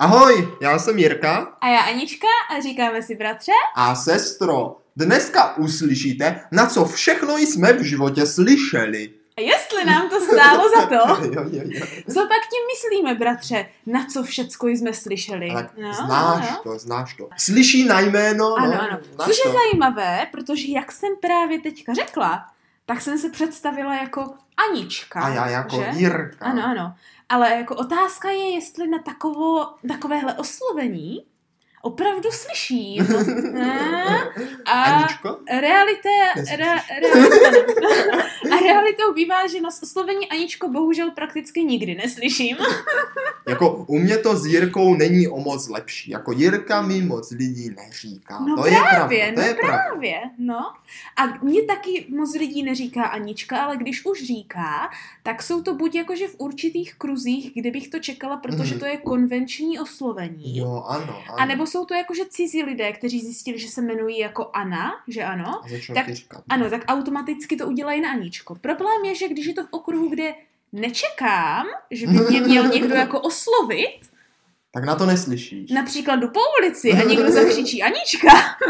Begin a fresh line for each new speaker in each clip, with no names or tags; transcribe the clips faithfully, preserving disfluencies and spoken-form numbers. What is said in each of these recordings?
Ahoj, já jsem Jirka.
A já Anička a říkáme si bratře.
A sestro, dneska uslyšíte, na co všechno jsme v životě slyšeli.
A jestli nám to stálo za to.
jo, jo, jo.
Co pak tím myslíme, bratře, na co všecko jsme slyšeli?
Tak
no,
znáš
no.
to, znáš to. Slyší na jméno,
Ano,
no,
ano.
znáš
Což je
to.
zajímavé, protože jak jsem právě teďka řekla, tak jsem se představila jako Anička.
A já jako
že?
Jirka.
Ano, ano. Ale jako otázka je, jestli na takovo, takovéhle oslovení opravdu slyším. A
Aničko?
realita, re, realita, a realitou bývá, že na oslovení Aničko bohužel prakticky nikdy neslyším.
Jako u mě to s Jirkou není o moc lepší. Jako Jirka mi moc lidí neříká.
No
to
právě,
je pravda, to
no
je pravda.
právě, no. A mě taky moc lidí neříká Anička, ale když už říká, tak jsou to buď jakože v určitých kruzích, kde bych to čekala, protože
Mhm.
to je konvenční oslovení.
Jo, ano, ano.
A nebo jsou to jakože cizí lidé, kteří zjistili, že se jmenují jako Anna, že ano?
A začnou
tak-
ti říkat.
Ano, tak automaticky to udělají na Aničko. Problém je, že když je to v okruhu, kde nečekám, že by mě měl někdo jako oslovit,
Tak na to neslyšíš.
například jdu po ulici a někdo zakřičí Anička,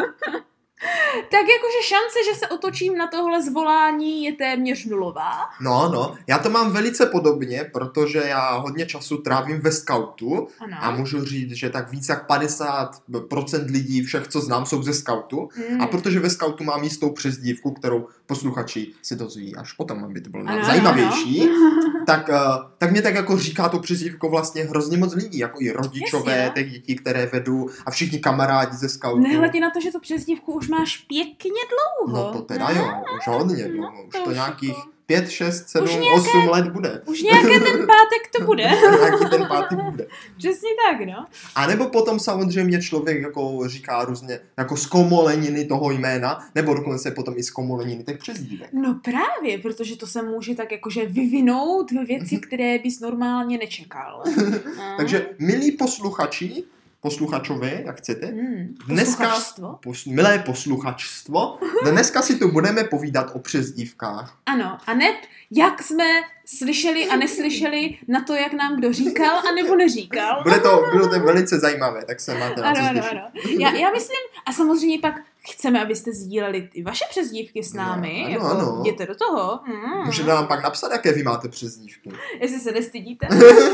tak jakože šance, že se otočím na tohle zvolání je téměř nulová.
No, no, já to mám velice podobně, protože já hodně času trávím ve skautu
Ano.
a můžu říct, že tak víc jak padesát procent lidí, všech, co znám, jsou ze skautu.
Hmm.
A protože ve skautu mám jistou přezdívku, kterou posluchači si dozví až potom, aby to bylo
Ano,
zajímavější, tak, uh, tak mě tak jako říká to přezdívko vlastně hrozně moc lidí, jako i rodičové
Jasně, no.
těch dětí, které vedu a všichni kamarádi ze skautu.
Nehledě na to, že tu přezdívku už máš pěkně dlouho.
No to teda jo, už hodně dlouho,
No,
už
to
to
už
nějakých
jako-
pět, šest, sedm,
nějaké-
osm let bude.
Už nějaké ten pátek to bude.
Nějaký ten pátý bude.
Přesně tak, no.
A nebo potom samozřejmě člověk jako říká různě jako zkomoleniny toho jména, nebo dokonce potom i zkomoleniny těch přezdívek.
No právě, protože to se může tak jakože vyvinout ve věci, které bys normálně nečekal. No.
Takže milí posluchači, posluchačové, jak chcete,
Hmm,
dneska,
posluchačstvo.
pos, milé posluchačstvo, dneska si tu budeme povídat o přezdívkách.
Ano, a ne jak jsme slyšeli a neslyšeli na to, jak nám kdo říkal a nebo neříkal.
Bude to, bylo to velice zajímavé, tak se máte na co
Ano, ano,
slyšet.
ano. Já, já myslím, a samozřejmě pak chceme, abyste sdíleli i vaše přezdívky s námi,
No, ano,
jako
ano.
jděte do toho. Mm.
Můžete nám pak napsat, jaké vy máte přezdívky.
Jestli se nestydíte.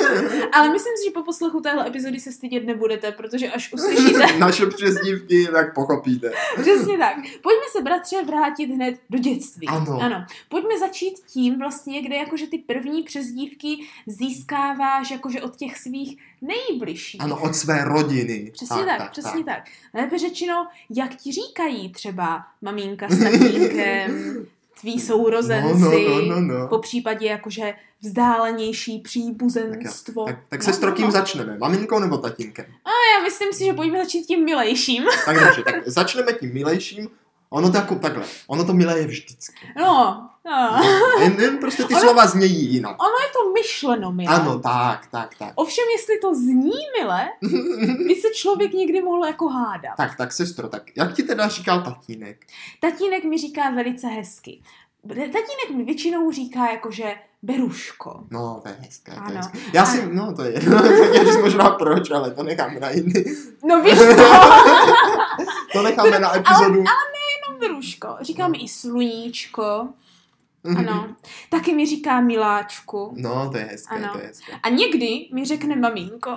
Ale myslím si, že po poslechu téhle epizody se stydět nebudete, protože až uslyšíte.
Naše přezdívky, tak pochopíte.
Přesně tak. Pojďme se, bratře, vrátit hned do dětství.
Ano.
ano. Pojďme začít tím vlastně, kde jakože ty první přezdívky získáváš jakože od těch svých nejbližších.
Ano, od své rodiny.
Přesně tak, tak přesně tak. tak. Lépe řečeno, jak ti říkají třeba maminka s tatínkem, tví sourozenci,
No, no, no, no, no.
po případě jakože vzdálenější příbuzenstvo.
Tak, tak
No,
se s
no,
kým
no.
začneme? Maminkou nebo tatínkem?
Já myslím si, že pojďme začít tím milejším.
Tak dobře, tak začneme tím milejším. Ono to jako takhle, ono to milé je vždycky.
No, no.
Jen, jen prostě ty
Ono-
slova znějí jinak.
Ono je to myšleno milé.
Ano, tak, tak, tak.
Ovšem, jestli to zní milé, by se člověk někdy mohl jako hádat.
Tak, tak, sestro, tak jak ti teda říkal tatínek?
Tatínek mi říká velice hezky. Tatínek mi většinou říká jakože Beruško.
No, to je hezké. To je
Ano.
hezké. Já si,
A-
no to je, tak říct možná proč, ale to necháme na jiný.
No víš co?
To necháme na epizodu.
Jenom Beruško. Říká mi i Sluníčko. Ano. Taky mi říká Miláčku.
No, to je hezké,
Ano.
to je hezké.
A někdy mi řekne maminko.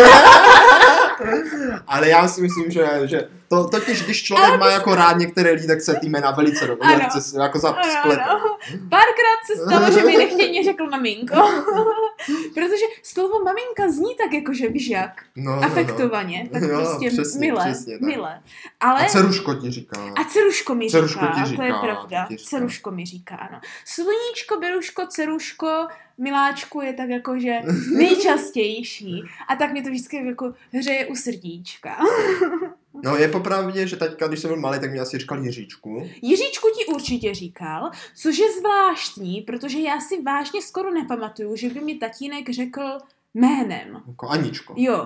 Ale já si myslím, že, že to, totiž, když člověk
Ale
má jako rád některé lidi, tak se ty jména velice dobře
Ano.
chce si jako za
Ano,
splet.
ano. Párkrát se stalo, že mi nechtěně řekl maminko. Protože slovo maminka zní tak jakože víš jak.
No, no,
Afektovaně. Tak
Jo,
prostě
přesně,
milé.
přesně tak.
milé. Ale...
A Ceruško ti říká.
A Ceruško mi
Ceruško
říká,
ti říká,
to je pravda.
ti říká.
Ceruško mi říká, ano. Sluníčko, Beruško, Ceruško, Miláčku je tak jakože nejčastější. A tak mě to vždycky jako hřeje u srdíčka.
No je popravdě, že teďka, když jsem byl malý, tak mě asi říkal Jiříčku.
Jiříčku ti určitě říkal, což je zvláštní, protože já si vážně skoro nepamatuju, že by mi tatínek řekl jménem.
Jako Aničko.
Jo.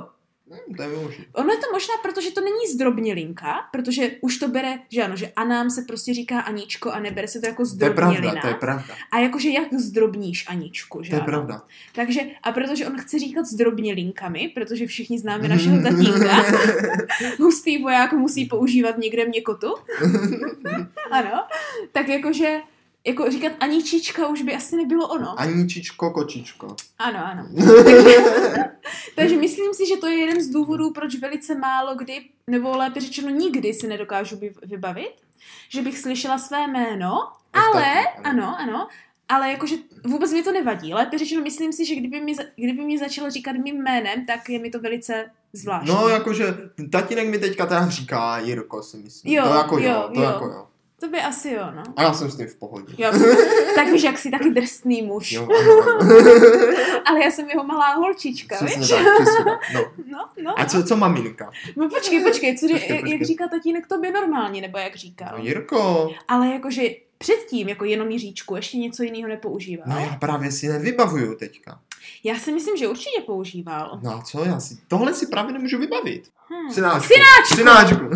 Hmm, to je možné.
Ono je to možná, protože to není zdrobnělinka, protože už to bere, že ano, že Anám se prostě říká Aničko a nebere se to jako zdrobnělina.
To je pravda, to je pravda.
A jakože jak zdrobníš Aničku, že
To je
ano.
pravda.
Takže, a protože on chce říkat zdrobnělinkami, protože všichni známe našeho tatínka, hustý voják musí používat někde měkotu. Ano, tak jakože jako říkat Aničička už by asi nebylo ono.
Aničičko, kočičko.
Ano, ano. takže, takže myslím si, že to je jeden z důvodů, proč velice málo kdy, nebo lépe řečeno nikdy si nedokážu vybavit, že bych slyšela své jméno, ale, ano, ano, ale jakože vůbec mi to nevadí. Lépe řečeno, myslím si, že kdyby mi, kdyby mi začalo říkat mým jménem, tak je mi to velice zvláštní.
No, jakože tatínek mi teďka teda říká Jirko, si myslím.
Jo,
to jako jo,
jo,
to
jo.
jako jo.
To by asi jo, no.
A já jsem s tím v pohodě.
Já jsem, tak víš, jak jsi taky drsný muž.
Jo, ano, ano.
Ale já jsem jeho malá holčička,
Přesně
víš?
tak, přesně tak. No.
No, no.
A co, co maminka?
No počkej, počkej, co,
Počkej,
jak,
počkej.
jak říká tatínek tobě normálně, nebo jak říkal?
No, Jirko.
Ale jakože předtím, jako jenom Jiříčku, ještě něco jiného nepoužíval.
No já právě si nevybavuju teďka.
Já si myslím, že určitě používal.
No a co, já si, tohle si právě nemůžu vybavit.
Hmm.
Synáčku.
Synáčku!
Synáčku.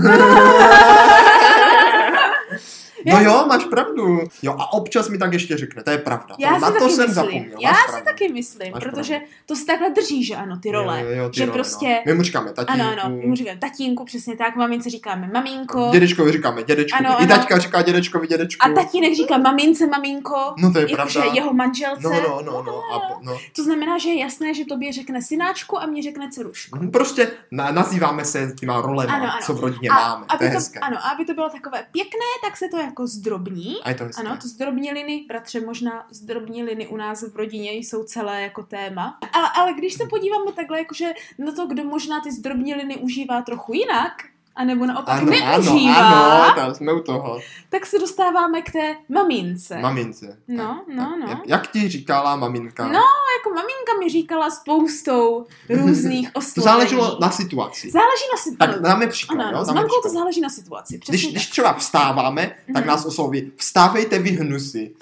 No jo, máš pravdu. Jo, a občas mi tak ještě řekne, to je pravda.
Já
Na
si
to
taky
jsem
myslím.
zapomněl.
Já
máš
si
pravdu.
taky myslím,
Máš
protože
pravdu.
to se takhle drží, že ano, ty role.
Jo, jo, ty
že
role,
prostě...
No. My mu říkáme tatínku.
Ano, ano, my mu říkáme tatínku, přesně tak, mamince říkáme maminko.
Dědečkovi říkáme dědečkovi.
Ano,
I
ano.
taťka říká dědečkovi dědečku.
A tatínek říká mamince maminko.
No to je
jakože
pravda.
jeho manželce.
No, no, no, no. A, po- no.
To znamená, že je jasné, že tobě řekne synáčku a mě řekne dcerušku.
Hm, Prostě na, nazýváme se těma rolema,
Ano, ano.
co v rodině
A
máme. To
aby
je
to,
hezké.
ano, a aby to bylo takové pěkné, tak se to jako zdrobní.
A je to hezké.
Ano, to zdrobněliny, bratře, možná zdrobněliny u nás v rodině jsou celé jako téma. Ale, ale když se podíváme takhle jakože na to, kdo možná ty zdrobněliny užívá trochu jinak, anebo naopak
Ano,
neužívá,
ano, ano, tam jsme u toho.
tak se dostáváme k té mamince.
Mamince.
No,
Tak,
no,
tak.
no.
Jak, jak ti říkala maminka?
No, jako maminka mi říkala spoustou různých
To
oslovení.
záleželo na situaci.
Záleží na situaci.
Tak dáme příklad,
Ano,
jo?
ano, s
Dáme
mamkou to
příklad.
záleží na situaci. Přesně
Když,
tak.
když třeba vstáváme, tak
Mhm.
nás osloví, vstávejte vy hnusy.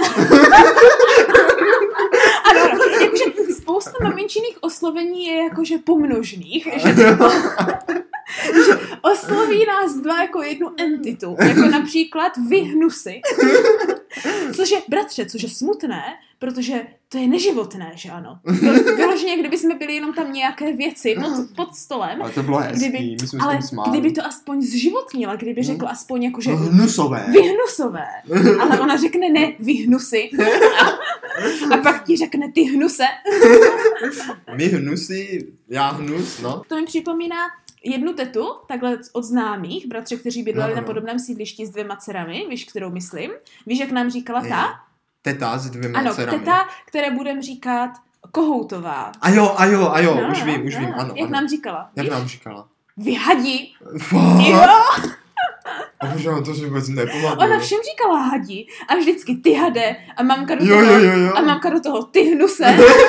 Ano, ano, jakože spousta maminčiných oslovení je jakože pomnožných, že, že osloví nás dva jako jednu entitu, jako například vy hnusy, což je, bratře, což je smutné, protože to je neživotné, že ano. To, vyloženě, kdyby jsme byli jenom tam nějaké věci pod, pod stolem,
Ale to bylo hezký,
kdyby,
my jsme s
ale
tím smáli.
kdyby to aspoň zživotnila, kdyby řekl aspoň jakože
No, hnusové.
vyhnusové, ale ona řekne ne, vyhnusy. A pak ti řekne ty hnuse.
My hnusy, já hnus, no.
To mi připomíná jednu tetu, takhle od známých, bratře, kteří bydleli
No,
na
no.
podobném sídlišti s dvěma dcerami, víš, kterou myslím. Víš, jak nám říkala
Je.
ta?
Teta s dvěma
Ano,
dcerami.
teta, které budeme říkat Kohoutová.
A jo, a jo, a jo,
No,
už
no,
vím, už
no.
vím, ano.
Jak
ano.
nám říkala?
Jak
víš?
nám říkala?
Vyhadi.
Fakt?
Jo,
A bože, to si vůbec nepamatuju.
ona všem říkala hadi a vždycky ty hade a mamka do
Jo,
toho,
jo, jo, jo.
a mamka do toho ty hnuse.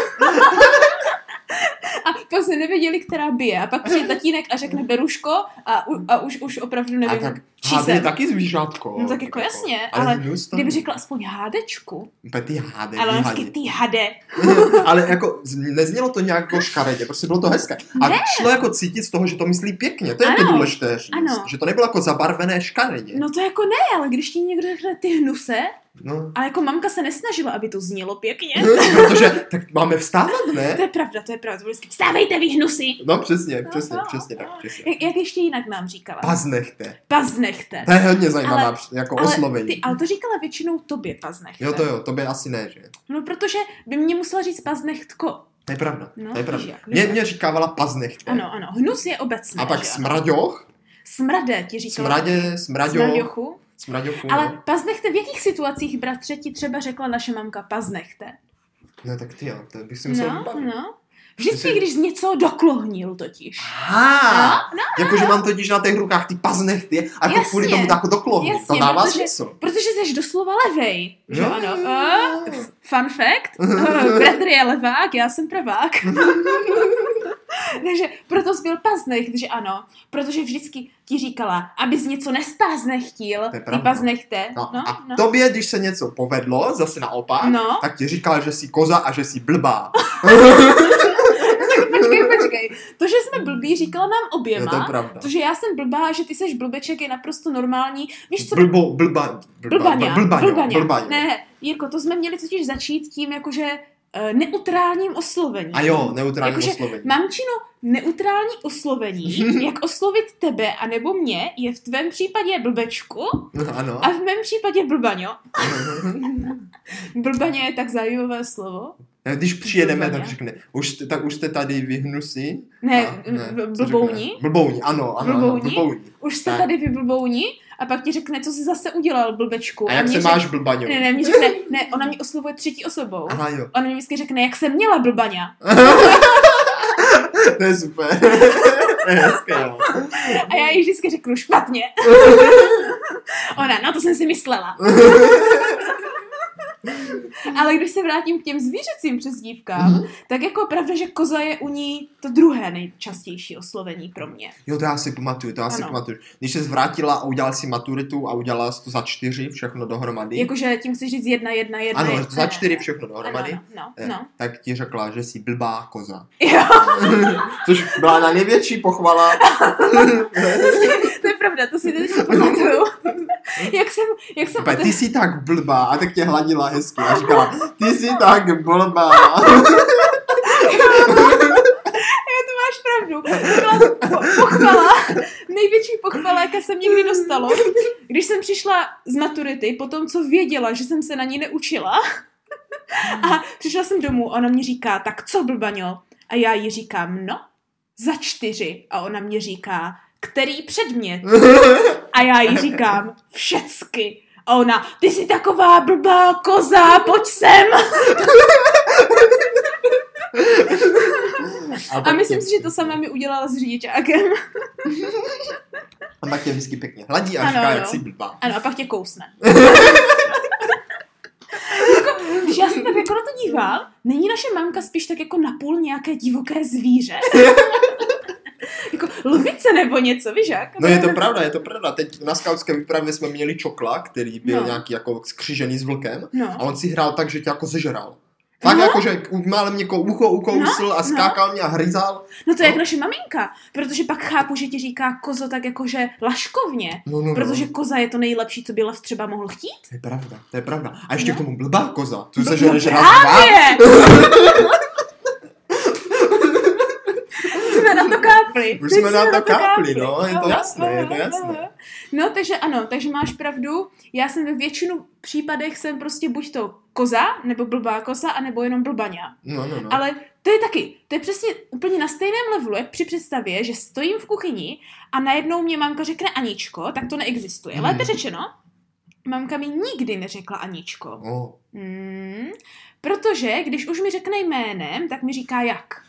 A pak jsme nevěděli, která bije. A pak přijde tatínek a řekne Beruško a, u, a už, už opravdu
A
nevím,
tak
čí
hády je
jsem.
taky zvířátko.
No tak jako jasně, ale
ale hnus to...
kdyby řekla aspoň hádečku,
Úplně ty hády,
ale
ty
vždycky
hády.
ty hade.
Ale jako z- neznělo to nějak jako škaredě, prostě bylo to hezké. A
Ne.
šlo jako cítit z toho, že to myslí pěkně, to je to
Ano,
důležité říct.
ano.
Že to nebylo jako zabarvené škaredě.
No to jako ne, ale když ti někdo řekne ty hnuse,
No.
ale jako mamka se nesnažila, aby to znělo pěkně.
Protože tak máme vstávat, ne?
To je pravda, to je pravda. To bylo vždycky, vstávejte vy hnusy.
No přesně, přesně,
No,
přesně
no.
tak, přesně.
Jak, jak ještě jinak nám říkala?
Paznechte.
Paznechte.
To je hodně zajímavá
Ale-
jako
Ale,
oslovení.
ty, ale to říkala většinou tobě paznechte.
Jo, to jo, to by asi ne, že?
No protože by mě musela říct paznechtko.
To je pravda,
No,
to je pravda.
víš jak, víš
Mě,
jak.
mě říkávala paznechte.
Ano, ano. Hnus je obecné.
A pak
že ano?
smraďoch,
Smrade ti říkala.
smradě, smraďoch,
Smraďochu.
smraďochu,
Ale
no.
paznechte, v jakých situacích, bratře, ti třeba řekla naše mamka paznechte?
No tak ty jo, to bych si musel
No,
vybavit.
no. Vždycky,
Jsi-
když něco doklohnil totiž.
Aha,
No,
jakože mám totiž na těch rukách ty paznechty a jako
Jasně,
kvůli tomu tak doklohnu. To
jasně,
dává
protože-
smysl.
Protože jsi doslova levej. Že
Jo,
ano?
jo,
A,
jo.
f- fun fact. Uh, bratr je levák, já jsem pravák. Takže proto jsi byl paznecht, že ano. Protože vždycky ti říkala, abys něco nespáznechtil,
To je
ty
pravda.
paznechte.
No,
No,
a
no.
tobě, když se něco povedlo, zase naopak,
No.
tak ti říkal, že jsi koza a že jsi blbá.
tak počkej, počkej. To, že jsme blbí, říkala nám oběma.
Jo, to je pravda.
To, že já jsem blbá a že ty seš blbeček, je naprosto normální. Víš co?
Blbo, blba, blba,
Blbaňa.
blbaňo,
Blbaňa.
blbaňo.
Ne, Jirko, to jsme měli totiž začít tím, jakože uh, neutrálním oslovením.
A jo, neutrální
Jakože,
oslovení.
Mamčino, neutrální oslovení, jak oslovit tebe anebo mě, je v tvém případě blbečku
Ano.
a v mém případě blbaňo. Blbaně je tak zajímavé slovo.
Když přijedeme,
Blbaně.
tak řekne, už, tak už jste tady vyhnusí.
Ne,
A-
v-
co
blbouni.
řekne? Blbouni, ano, ano, ano,
Blbouni?
blbouni.
Už jste
Tak.
tady vyblbouni a pak ti řekne, co jsi zase udělal, blbečku.
A jak
mě
se
řek-
máš, blbaňo?
Ne, ne, mě řekne, ne, ona mě oslovuje třetí osobou.
Aha, jo.
Ona mě vždycky řekne, jak jsem měla blbaňa.
To je super. To je hezké, jo.
A já jí vždycky řeknu špatně. Ona, no to jsem si myslela. Ale když se vrátím k těm zvířecím přezdívkám,
Mhm.
tak jako pravda, že koza je u ní to druhé nejčastější oslovení pro mě.
Jo, to já si pamatuju, to já si
Ano.
pamatuju. Když se zvrátila a udělala si maturitu a udělala jsi to za čtyři, všechno dohromady.
Jakože tím chceš říct jedna, jedna, jedna.
Ano,
jedna,
že to za čtyři všechno dohromady.
Ano, no,
eh,
no.
Tak ti řekla, že jsi blbá koza.
Jo,
Což byla na největší pochvala.
to je pravda, to si teď pamatuju. jak jsem, jak jsem...
Super, ty jsi tak blbá a tak tě hladila hezky a říkala, ty jsi tak blbá.
To máš pravdu. To byla po- pochvala, největší pochvala, jaká jsem někdy dostala. Když jsem přišla z maturity, po tom, co věděla, že jsem se na ní neučila, a přišla jsem domů a ona mě říká, tak co, blbaňo? A já jí říkám, no, za čtyři. A ona mě říká, který předmět? A já jí říkám, všecky. A ona, ty jsi taková blbá koza, pojď sem. A myslím si, že to samé mi udělala s řidičákem.
A pak tě vždycky pěkně hladí a
Ano,
říká,
ano.
jak jsi blbá.
Ano, a pak tě kousne. Jako, když já se tak jako na to díval, není naše mamka spíš tak jako napůl nějaké divoké zvíře? Jako lvice nebo něco, víš jak?
No je to pravda, je to pravda. Teď na skautské výpravě jsme měli čokla, který byl
No.
nějaký jako skřížený s vlkem.
No.
A on si hrál tak, že tě jako sežral. Fakt
No.
jako, že málem někoho ucho ukousl
No,
a skákal mě a hryzal.
No to je jak
No.
naše maminka, protože pak chápu, že ti říká kozo tak jakože laškovně,
No, no,
protože
no.
koza je to nejlepší, co by lev třeba mohl chtít.
To je pravda, to je pravda. A ještě
No.
k tomu blbá koza. Tu se
No,
žere, že
no
raz dva.
právě! Jsme na to kápli.
Už
Teď
jsme na to kápli, no, je to jasné, je to jasné.
No, takže ano, takže máš pravdu. Já jsem ve většinu případech jsem prostě buď to koza, nebo blbá koza, anebo jenom blbaňa.
No, no, no.
Ale to je taky, to je přesně úplně na stejném levelu, jak při představě, že stojím v kuchyni a najednou mě mamka řekne Aničko, tak to neexistuje.
Hmm.
Lépe řečeno, mamka mi nikdy neřekla Aničko.
Oh.
Hmm, protože když už mi řekne jménem, tak mi říká jak.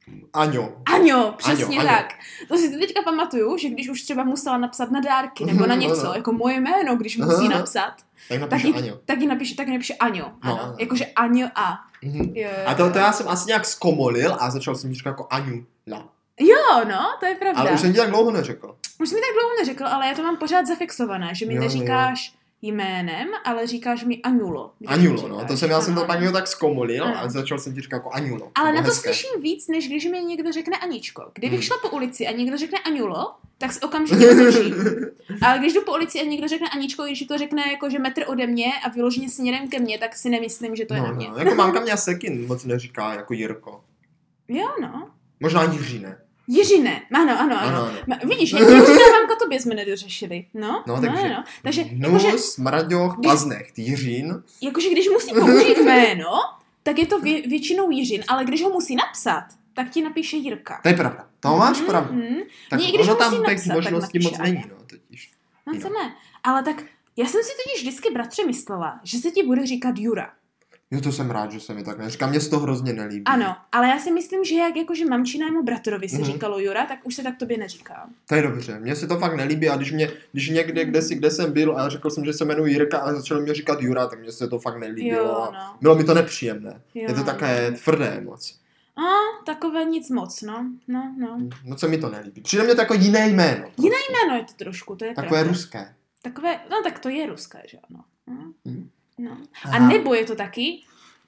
Aňo.
Aňo, přesně
Aňo, Aňo.
tak. To si teďka pamatuju, že když už třeba musela napsat na dárky nebo na
Mhm,
něco,
ano.
jako moje jméno, když musí
Aha.
napsat,
Tak
tak
napíše
ji,
Aňo.
tak ji napíše, tak ji napíše Aňo. Ano,
No, ano.
jakože Aňo a.
Mhm.
Jo,
A to, to já jsem asi nějak zkomolil a začal jsem jí říkat jako Aňula.
jo, no, to je pravda.
Ale už jsem ti tak dlouho neřekl.
Už jsi mi tak dlouho neřekl, ale já to mám pořád zafixované, že mi
Jo,
neříkáš jménem, ale říkáš mi Aňulo. když mi
Aňulo, no.
říkáš.
To jsem, já jsem to
Ano,
pak
ano.
měl tak zkomolil
Ano.
a začal jsem ti říkat jako Aňulo.
Ale
Bylo
na to
hezké.
slyším víc, než když mi někdo řekne Aničko. Kdybych
Hmm.
šla po ulici a někdo řekne Aňulo, tak se okamžitě otočím. Ale když jdu po ulici a někdo řekne Aničko, když to řekne jako, že metr ode mě a vyloženě směrem ke mně, tak si nemyslím, že to je
No,
na mě.
no. Jako mámka mě Sekin moc neříká jako Jirko.
Jo, no.
Možná Jiří ne.
Jiřine, ano, ano, ano.
Ano, ano.
Ma, vidíš, jak Jiřina mamka tobě jsme nedořešili. No,
No,
no,
takže-
no, no. Takže, jakože,
Nus, Mraďoch, Paznecht, Jiřín.
jakože když musí použít jméno, tak je to vě, většinou Jiřin, ale když ho musí napsat, tak ti napíše Jirka.
To je pravda. To máš
Mhm,
pravdu.
mhm.
Tak
Mě i když
ono
ho
tam
musí
těch
napsat, tak
možností
napíše
moc není,
Aně.
no, totiž.
No
Jo.
to ne. Ale tak já jsem si totiž vždycky, bratře, myslela, že se ti bude říkat Jura.
Jo, to jsem rád, že se mi tak neříká. Mně se to hrozně nelíbí.
Ano, ale já si myslím, že jak jakože mamčinému bratrovi se
Mhm.
říkalo Jura, tak už se tak tobě neříká.
To je dobře. Mně se to fakt nelíbí a když, mě, když někde, kde, si, kde jsem byl a řekl jsem, že se jmenuji Jirka a začal mě říkat Jura, tak mně se to fakt nelíbilo.
Jo,
a
no.
Bylo mi to nepříjemné.
Jo,
Je to také tvrdé moc.
A, takové nic moc, no. No, no.
Moc se mi to nelíbí. Přijde mě to jako jiné jméno.
Jiné jméno je to trošku, to je
Takové
pravda.
ruské.
Takové, no tak to je ruské, že ano. Hm?
Mhm.
No. A
Aha.
nebo je to taky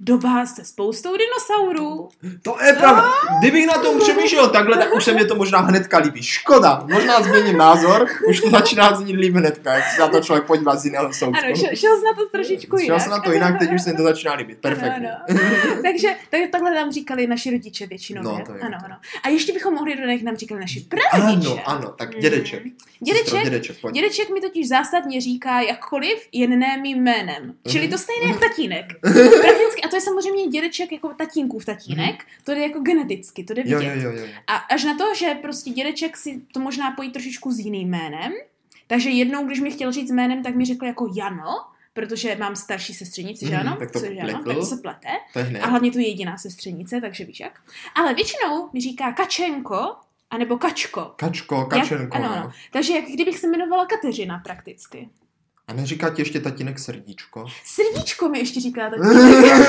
doba se spoustou dinosaurů.
To je pravda. Kdybych na tom přemýšlel takhle, tak už se mě to možná hnedka líbí. Škoda, možná změním názor, už to začíná znít líbit hnedka, jak se na to člověk podívá z jiného soudku.
Ano, šel, šel jsi na to trošičku jinak.
Šel jsem na to jinak, teď už se mi to začíná líbit. Perfektně.
Ano, ano. Takže tak, takhle nám říkali naši rodiče většinou.
No, to je
ano,
to.
ano. A ještě bychom mohli dodat, jak nám říkali naši prarodiče.
Ano, ano, tak dědeček.
Mm.
Dědeček,
Dědeček,
dědeček, pojď.
dědeček mi totiž zásadně říká jakkoliv, jen ne mým jménem. Čili to stejné jak tatínek. Prakticky, a to je samozřejmě dědeček jako tatínkův tatínek, to jde jako geneticky, to jde
Jo,
vidět.
jo, jo, jo.
A až na to, že prostě dědeček si to možná pojí trošičku s jiným jménem, takže jednou, když mi chtěl říct jménem, tak mi řekl jako Jano, protože mám starší sestřenici, že
Mhm,
ano?
tak to
Což ano,
pletl.
tak to se plete.
To je hned.
A hlavně to je jediná sestřenice, takže víš jak. Ale většinou mi říká Kačenko, anebo Kačko.
Kačko, Kačenko.
Jak, ano, ano. Takže jak kdybych se jmenovala Kateřina prakticky.
A neříká ti ještě tatínek srdíčko?
Srdíčko mi ještě říká tatínek.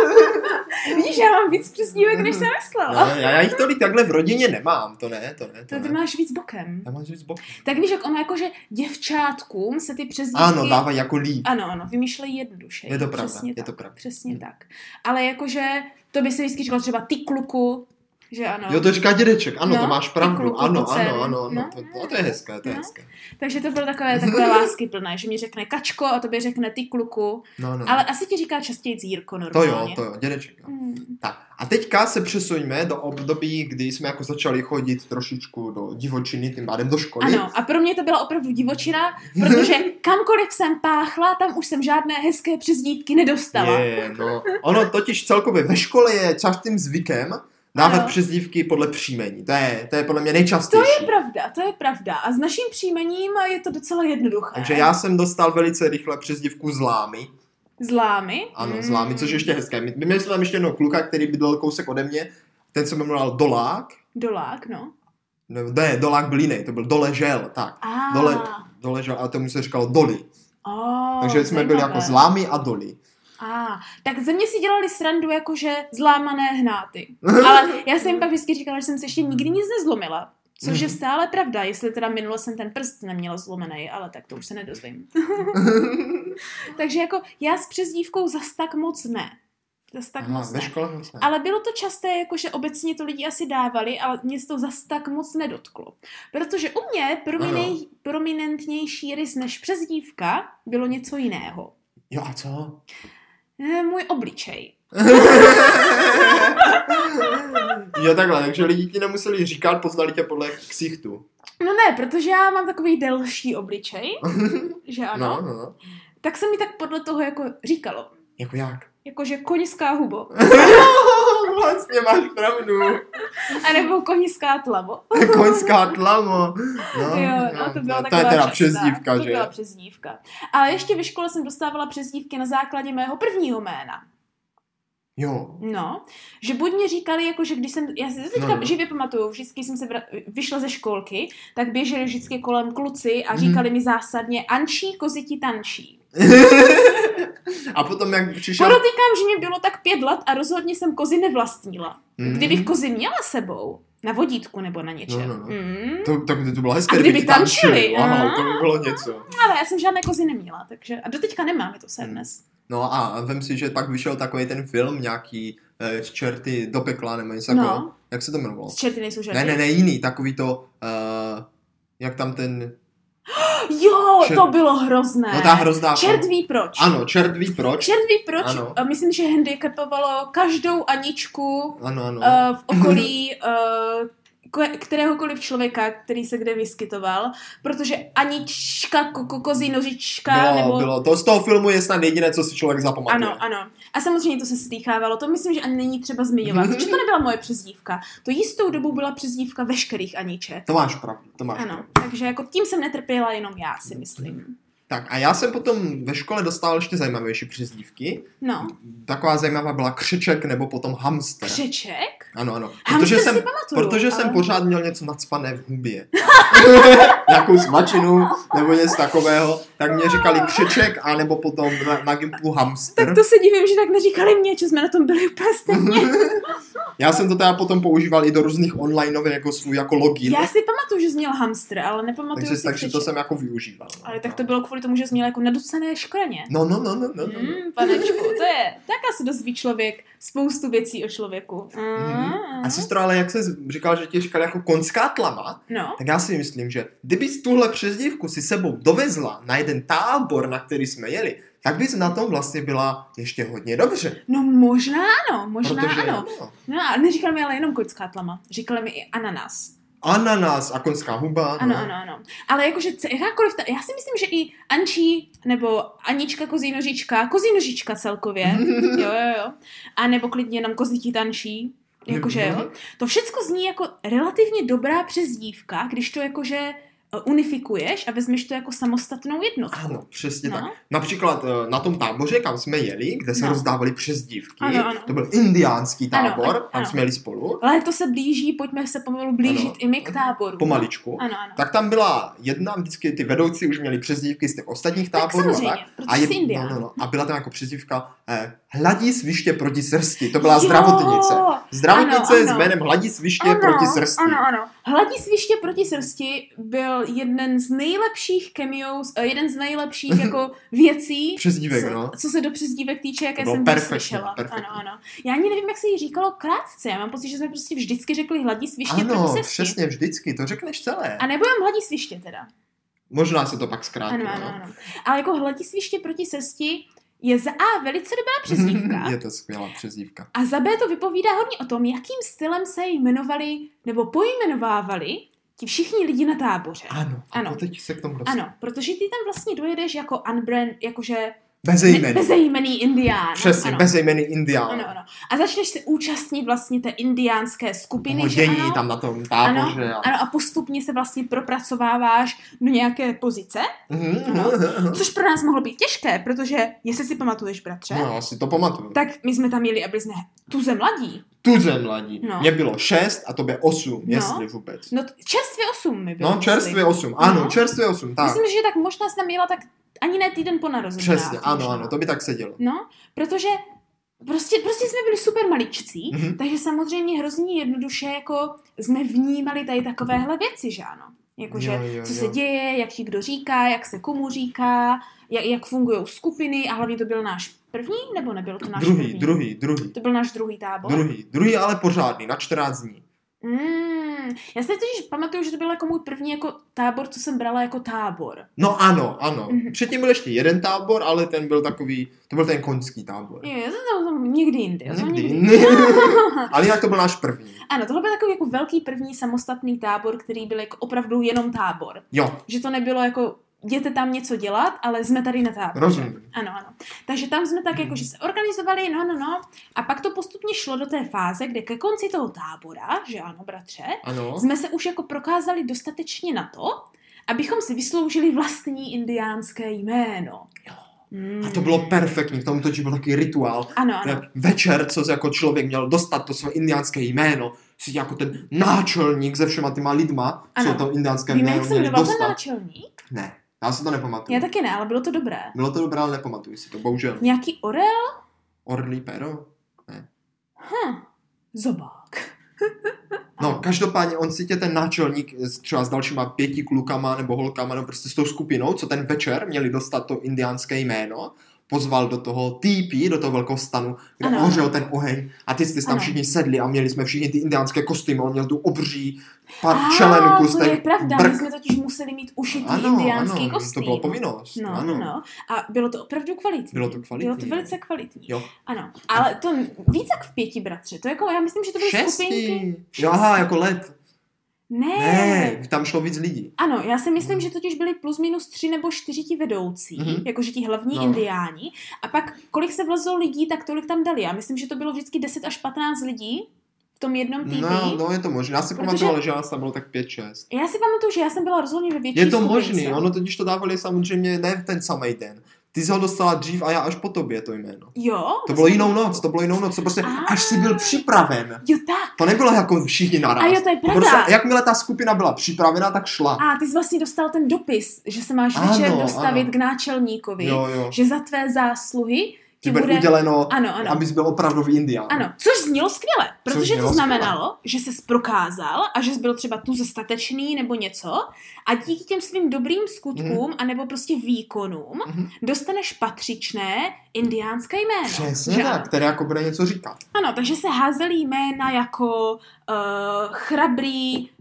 Vidíš, já mám víc přesnívek, než jsem myslela.
No, já, já jich tolik takhle v rodině nemám, to ne, to ne. To,
To ty
ne.
máš víc bokem.
Já mám víc bokem.
Tak víš, jak ono jakože děvčátkům se ty přezdívky...
Ano, dávají jako líp.
Ano, ano, vymýšlejí jednoduše.
Je to pravda,
Přesně
je
tak,
to pravda.
Přesně
Hm.
tak. Ale jakože, to by se vždycky říkalo třeba ty kluku, že ano.
Jo, to říká dědeček, ano,
No,
to máš
ty
pravdu,
kluku,
ano,
kucen.
ano, ano, ano,
No.
to, to, to je hezké, to je
No.
hezké.
Takže to bylo takové, takové láskyplné, že mi řekne Kačko a tobě řekne ty kluku.
No, no.
Ale asi ti říká častěji Jírko
To
normálně.
jo, to jo, dědeček, jo.
Hmm.
Tak, a teďka se přesuňme do období, kdy jsme jako začali chodit trošičku do divočiny, tím pádem do školy.
Ano, a pro mě to byla opravdu divočina, protože kamkoliv jsem páchla, tam už jsem žádné hezké přezdívky nedostala.
Je, no. Ono totiž celkově ve škole je častým zvykem dávat
Ano.
přezdívky podle příjmení. To je, to je podle mě nejčastější.
To je pravda, to je pravda. A s naším příjmením je to docela jednoduché.
Takže já jsem dostal velice rychle přezdívku Zlámy.
Zlámy?
Ano,
Mm.
Zlámy, což je ještě hezké. My, my měli jsme tam ještě jednoho kluka, který bydlel kousek ode mě. Ten se jmenoval Dolák.
Dolák, no.
Ne, ne Dolák byl jiný, to byl Doležel, tak.
A.
Dole, Doležel, ale tomu se říkalo Doli.
Oh,
Takže jsme byli jako Zlámy a Doli.
A, tak ze mě si dělali srandu jakože zlámané hnáty. Ale já jsem jim pak vždycky říkala, že jsem se ještě nikdy nic nezlomila. Což je stále pravda, jestli teda minule jsem ten prst neměla zlomený, ale tak to už se nedozvím. Takže jako já s přezdívkou zas tak moc ne. Zas tak
Aha,
moc
ve
ne.
škole moc ne.
Ale bylo to časté, jakože obecně to lidi asi dávali, ale mě se to zas tak moc nedotklo. Protože u mě prominej, prominentnější rys než přezdívka bylo něco jiného.
Jo a co?
Eh, Můj obličej.
Jo takhle, takže lidi ti nemuseli říkat, poznali tě podle ksichtu.
No ne, protože já mám takový delší obličej, že ano,
No, no, no.
tak se mi tak podle toho jako říkalo.
Jako jak?
Jakože koňská hubo.
Vlastně máš pravdu.
A nebo koňská tlamo.
Koňská tlamo. No,
Jo, no, to byla
to
taková
je teda
častá.
přezdívka,
To
že?
byla přezdívka. Ale ještě ve škole jsem dostávala přezdívky na základě mého prvního jména.
Jo.
No, že buď mě říkali, jako, že když jsem, já si to teďka
No, no.
živě pamatuju, vždycky jsem se vra, vyšla ze školky, tak běželi vždycky kolem kluci a říkali mi zásadně Ančí, koziti tančí.
A potom jak přišel...
Podotýkám, že mě bylo tak pět let a rozhodně jsem kozy nevlastnila.
Mhm.
Kdybych kozy měla sebou, na vodítku nebo na něčem.
No, no, no.
Mm.
To, tak to bylo hezké,
A kdyby
ti
tančili,
Aha,
aha.
to by bylo něco.
Ale já jsem žádné kozy neměla, takže a doteďka nemám, je to se dnes.
No a vem si, že pak vyšel takový ten film nějaký eh, z čerty do pekla, nebo něco
No.
takového. Jak se to jmenovalo?
Z čerty nejsou žádné.
Ne, ne, ne, jiný, takový to, uh, jak tam ten,
Jo,
Čert-
to bylo hrozné.
no ta hrozná...
Čert ví proč.
Ano, čert ví proč.
Čert ví proč.
Ano.
A myslím, že handicapovalo každou Aničku
Ano, ano.
uh, v okolí uh, ko- kteréhokoliv člověka, který se kde vyskytoval, protože Anička, ko- kozí nožička,
bylo,
nebo...
bylo. To z toho filmu je snad jediné, co si člověk zapamatuje.
Ano, ano. A samozřejmě to se slýchávalo. To myslím, že ani není třeba zmiňovat. Že to nebyla moje přezdívka. To jistou dobu byla přezdívka veškerých Aniček.
To máš pravdu, to máš
Ano,
pravdu.
takže jako tím jsem netrpěla jenom já, si myslím.
Tak a já jsem potom ve škole dostal ještě zajímavější přezdívky.
No.
Taková zajímavá byla křeček nebo potom hamster.
Křeček?
Ano, ano.
Hamster
Protože
si
jsem,
pamatuju,
protože
ale-
jsem pořád měl něco nacpané v hubě. Nějakou svačinu nebo něco takového. Tak mě říkali křeček a nebo potom na, na gimplu hamster.
Tak to se divím, že tak neříkali mě, že jsme na tom byli úplně stejně.
Já jsem to teda potom používal i do různých online jako svůj jako login.
Já si pamatuju, že jsi měl hamster, ale nepamatuju
takže,
si
takže to
křičet.
jsem jako využíval. No.
Ale tak to bylo kvůli tomu, že jsi měl jako naducené škraně.
No, no, no, no, no. no.
Mm, panečku, to je, tak asi dozví člověk spoustu věcí o člověku. Mm.
Mm. A sestro, ale jak jsi říkal, že tě říkal jako konská tlama,
No.
tak já si myslím, že kdybys tuhle přezdívku si sebou dovezla na jeden tábor, na který jsme jeli, tak bys na tom vlastně byla ještě hodně dobře.
No možná ano, možná
Protože,
ano.
no.
No a neříkali mi ale jenom koňská tlama, říkali mi i ananas.
Ananas a konská huba.
Ano,
no.
ano, ano. Ale jakože c- jakákoliv, ta, já si myslím, že i Ančí, nebo Anička kozí nožička, kozí nožička celkově, jo, jo, jo, a nebo klidně jenom kozítí tančí, jakože jo, to všecko zní jako relativně dobrá přezdívka, když to jakože unifikuješ a vezmeš to jako samostatnou jednotku.
Ano, přesně
No.
tak. Například eh, na tom táboře, kam jsme jeli, kde se
No.
rozdávaly přezdívky,
Ano, ano.
to byl indiánský tábor,
Ano, ano,
tam
ano.
jsme jeli spolu,
Ale to se blíží, pojďme se pomalu blížit
Ano.
i my k táboru.
pomaličku.
Ano, ano.
Tak tam byla jedna, vždycky ty vedoucí už měli přezdívky z těch ostatních
Tak
táborů a
samozřejmě,
tak.
protože
A,
jsi
je,
Indián.
no, no, no, a byla tam jako přezdívka eh, hladí sviště proti srsti. To byla
Jo!
zdravotnice. Zdravotnice
Ano,
s
ano.
jménem hladí sviště
Ano,
proti srsti.
Ano, ano. Hladí sviště proti srsti byl jeden z nejlepších cameos, eh, jeden z nejlepších jako věcí,
Přezdívek,
co,
no.
co se do přezdívek týče, jaké
bylo
jsem kdy
perfektní,
slyšela.
perfektní.
Ano, ano. Já ani nevím, jak se jí říkalo krátce. Já mám pocit, že jsme prostě vždycky řekli hladí sviště
Ano,
proti srsti.
přesně, vždycky, to řekneš celé.
A nebo jen hladí sviště teda.
Možná se to pak zkrátí.
Ano, ano,
no.
ano. Ale jako hladí sviště proti srsti je za A velice dobrá přezdívka.
Je to skvělá přezdívka.
A za B to vypovídá hodně o tom, jakým stylem se jmenovali nebo pojmenovávali ti všichni lidi na táboře.
Ano,
Ano.
ano. teď se k tomu dostanu.
Ano, protože ty tam vlastně dojedeš jako unbrand, jakože
Bezejmený.
bezejmený indián.
Přesně,
ano.
bezejmený indián.
Ano, ano. A začneš se účastnit vlastně té indiánské skupiny,
Toho
že
dění
ano?
tam na tom
Ano,
táboře. a-
ano, a postupně se vlastně propracováváš do nějaké pozice,
Mhm,
Ano.
mhm.
což pro nás mohlo být těžké, protože, jestli si pamatuješ, bratře,
No, já si to pamatuju.
tak my jsme tam jeli a byli jsme tuze mladí.
Tuze mladí.
No.
Mně bylo šest a tobě osm,
No.
jestli vůbec.
No t- čerstvě osm mi bylo.
No, čerstvě
myslím.
osm. Ano,
No.
čerstvě osm, tak.
Myslím, že tak možná jsem tam jela tak ani ne týden po narozeninách.
Přesně, ano,
možná.
ano, to by tak sedělo.
No, protože prostě, prostě jsme byli super maličcí,
Mhm.
takže samozřejmě hrozně jednoduše jako jsme vnímali tady takovéhle věci, že ano. Jakože,
Jo, jo,
co
jo.
se děje, jak ti kdo říká, jak se komu říká, jak, jak fungují skupiny a hlavně to byl náš první, nebo nebyl to náš
Druhý,
první?
druhý, druhý.
To byl náš druhý tábor.
Druhý, druhý, ale pořádný, na čtrnáct dní.
Mm, já si totiž pamatuju, že to byl jako můj první jako tábor, co jsem brala jako tábor.
No ano, ano.
Mhm.
Předtím byl ještě jeden tábor, ale ten byl takový, to byl ten koňský tábor.
Jo, to, to, to někdy jindy. jo, to
Někdy.
jindy.
Ale jinak to byl náš první.
Ano, tohle byl takový jako velký první samostatný tábor, který byl jako opravdu jenom tábor.
Jo,
Že to nebylo jako jděte tam něco dělat, ale jsme tady na táboře.
rozumím.
Ano, ano. Takže tam jsme tak jako, že se organizovali, no, no, no. A pak to postupně šlo do té fáze, kde ke konci toho tábora, že ano, bratře,
Ano.
jsme se už jako prokázali dostatečně na to, abychom si vysloužili vlastní indiánské jméno. Mm.
A to bylo perfektní, k tomu totiž byl takový rituál.
Ano, ano.
Tak večer, co se jako člověk měl dostat to své indiánské jméno, si jako ten náčelník se všema těma lidma,
Ano.
co to indiánské
Víme,
jméno
jak se
měli
jmenoval ten
dostat.
náčelník?
Ne, já si to nepamatuju.
Já taky ne, ale bylo to dobré.
Bylo to dobré, ale nepamatuju si to, bohužel.
Nějaký orel?
Orlí pero?
Hm, zobák.
No, každopádně on si tě ten náčelník s- třeba s dalšíma pěti klukama nebo holkama, nebo prostě s tou skupinou, co ten večer měli dostat to indiánské jméno, pozval do toho týpí, do toho velkého stanu, kde
Ano.
hořel ten oheň a ty jste tam
Ano.
všichni sedli a měli jsme všichni ty indiánské kostýmy, on měl tu obří par
Ah,
čelenku z
to je
těch
pravda,
brk.
my jsme totiž museli mít ušitý
Ano,
indiánský
ano,
kostým.
to bylo povinnost,
No,
ano.
no. A bylo to opravdu kvalitní.
Bylo to kvalitní,
Bylo to
jo.
velice kvalitní.
Jo.
Ano, ale to víc jak v pěti, bratře. To jako, já myslím, že to byly skupinky.
Šesti. Jo, aha, jako let.
Ne.
Ne, tam šlo víc lidí.
Ano, já si myslím, že totiž byli plus minus tři nebo čtyři ti vedoucí,
Mhm.
jakože ti hlavní
No.
indiáni. A pak, kolik se vlezlo lidí, tak tolik tam dali. Já myslím, že to bylo vždycky deset až patnáct lidí v tom jednom týdnu.
No, no, je to možné. Já si
Protože-
pamatuju, že nás tam bylo tak pět šest.
Já si pamatuju, že já jsem byla rozhodně ve větší
Je to
skupince.
možný, ono totiž to dávali samozřejmě ne v ten samý den. Ty jsi ho dostala dřív a já až po tobě to jméno.
Jo?
To bylo
jsem-
jinou noc, to bylo jinou noc, to prostě
Ah.
až jsi byl připraven.
Jo, tak.
To nebylo jako všichni naraz.
A jo, to je pravda.
Prostě jakmile ta skupina byla připravena, tak šla.
A ty jsi vlastně dostal ten dopis, že se máš
Ano,
večer dostavit
ano.
k náčelníkovi,
Jo, jo.
že za tvé zásluhy
ti bude uděleno,
ano, ano.
abys byl opravdový Indián.
Ano, což znělo skvěle, protože
znělo
to znamenalo,
skvěle.
že ses prokázal a že jsi byl třeba tu statečný nebo něco a díky těm svým dobrým skutkům mm. anebo prostě výkonům mm. dostaneš patřičné indiánské jméno.
Přesně tak, které jako bude něco říkat.
Ano, takže se házely jména jako uh, chrabrý uh,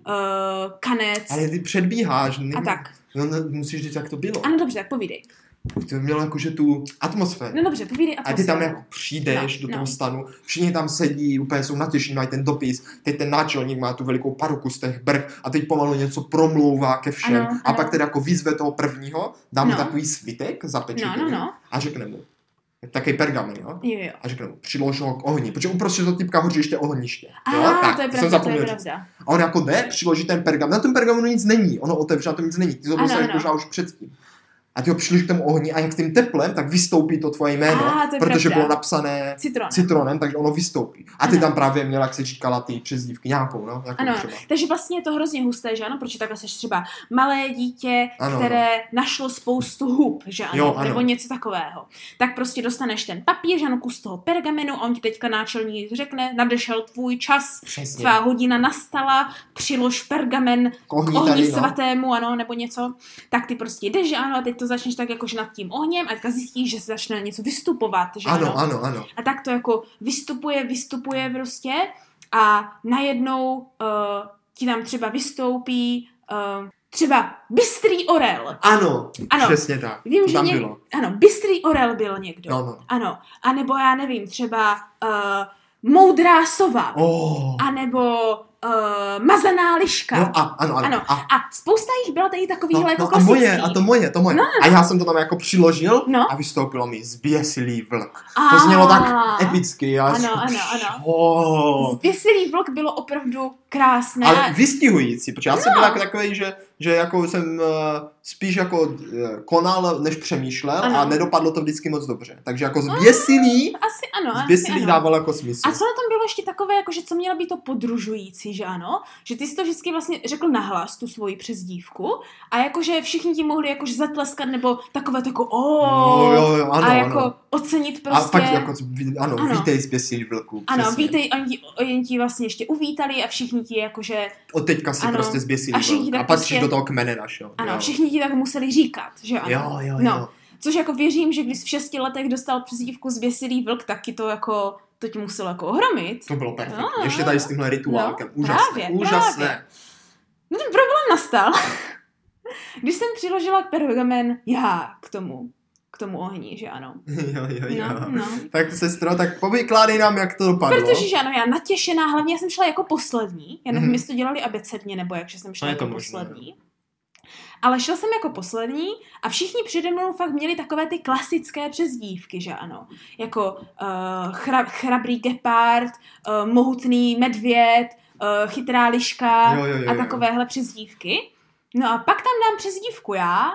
kanec.
Ale ty předbíháš. Ne,
a tak.
No, ne, musíš říct, jak to bylo.
Ano, dobře, tak povídej.
To mělo jakože tu atmosféru.
No dobře, povídej atmosféru.
A ty tam jako přijdeš no, do toho no. stanu, všichni tam sedí, úplně jsou natěšení, mají ten dopis, teď ten náčelník má tu velikou paruku z těch brk a teď pomalu něco promlouvá ke všem.
Ano,
a
ano.
pak tedy jako vyzve toho prvního, dá mu
no.
takový svitek zapečený
no, no, no.
a řekne mu, takový pergamen, jo?
Jo, jo.
A řekne mu, přilož ho k ohni, protože uprostřed toho typka hoří ještě ohniště.
A,
jo? Tak,
to je
jsem
pravda, to je
říct.
pravda.
A on jako jde, přiloží ten pergamen, na tom pergamenu nic není, ono otevře, na tom nic není, ty to byl se jako už předtím. A ty ho přiložíš k tomu ohni a jak s tím teplem, tak vystoupí to tvoje jméno,
ah, to
protože
pravda.
bylo napsané
citronem.
citronem, takže ono vystoupí. A ty
ano.
tam právě měla, jak se říkala, ty přezdívky nějakou, no? Jako
ano,
třeba.
takže vlastně je to hrozně husté, že ano, protože takhle seš třeba malé dítě, ano, které ano. našlo spoustu hub, že ano,
jo, ano,
nebo něco takového. Tak prostě dostaneš ten papír, že ano, kus toho pergamenu a on ti teďka náčelník řekne, nadešel tvůj čas,
přesně.
Tvá hodina nastala, přilož pergamen k ohni, k ohni tady, svatému, no. ano, nebo něco. Tak ty prostě jdeš, že ano, a teď to začneš tak jakože nad tím ohněm a teďka zjistíš, že se začne něco vystupovat, že
ano?
Ano,
ano, ano.
A tak to jako vystupuje, vystupuje prostě a najednou uh, ti tam třeba vystoupí uh, třeba bystrý orel.
Ano,
ano,
přesně tak.
Vím,
to
že
tam
něk...
bylo.
Ano, bystrý orel byl někdo.
No, no.
Ano, a nebo já nevím, třeba uh, moudrá sova.
Oh.
A nebo Uh, mazaná liška.
No a, ano, ano.
ano.
A,
a spousta jich byla tady takovýhle
no,
jako
no,
klasický.
a moje, a to moje, to moje.
No,
a já jsem to tam jako přiložil
no.
a vystoupilo mi zběsilý vlk.
A,
to znělo tak epicky.
Ano, ano, ano, ano.
Oh.
Zběsilý vlk bylo opravdu krásné.
Ale vystihující, protože já jsem
no.
byl jako takový, že, že jako jsem uh, spíš jako uh, konal, než přemýšlel ano. a nedopadlo to vždycky moc dobře. Takže jako zběsilý,
asi ano,
zběsilý
asi
dával jako smysl.
A co na tom bylo ještě takové, jako, že co mělo být to podružující, že ano? Že ty jsi to vždycky vlastně řekl nahlas, tu svoji přezdívku a jakože všichni ti mohli jakože zatleskat nebo takové jako
no, jo, jo, ano,
a jako
ano.
ocenit prostě.
A pak jako, ano, ano. vítej zběsilý vlku.
Ano, přesně. Vítej, oni ti, oni ti vlastně ještě uvítali a všichni ti jakože...
Od teďka si ano, prostě zběsilý
a
vlk a patříš prostě, do toho kmene našeho.
Ano,
jo.
všichni ti tak museli říkat, že ano.
Jo, jo,
no.
jo.
Což jako věřím, že když v šesti letech dostal přezdívku zběsilý vlk, taky to jako, to ti muselo jako ohromit.
To bylo perfektní. No, ještě tady s tímhle rituálkem.
No,
úžasné,
právě,
úžasné.
Právě. No ten problém nastal, když jsem přiložila pergamen já k tomu, k tomu ohni, že ano.
Jo, jo, jo.
No, no.
Tak sestro, tak povykládej nám, jak to dopadlo.
Protože, že ano, já natěšená, hlavně já jsem šla jako poslední, já nevím, mm-hmm. jestli to dělali abecedně, nebo jak, že jsem šla
no,
jako poslední. Ale šla jsem jako poslední a všichni přede mnou fakt měli takové ty klasické přezdívky, že ano. Jako uh, chra, chrabrý gepard, uh, mohutný medvěd, uh, chytrá liška
jo, jo, jo,
a takovéhle přezdívky. No a pak tam dám přezdívku já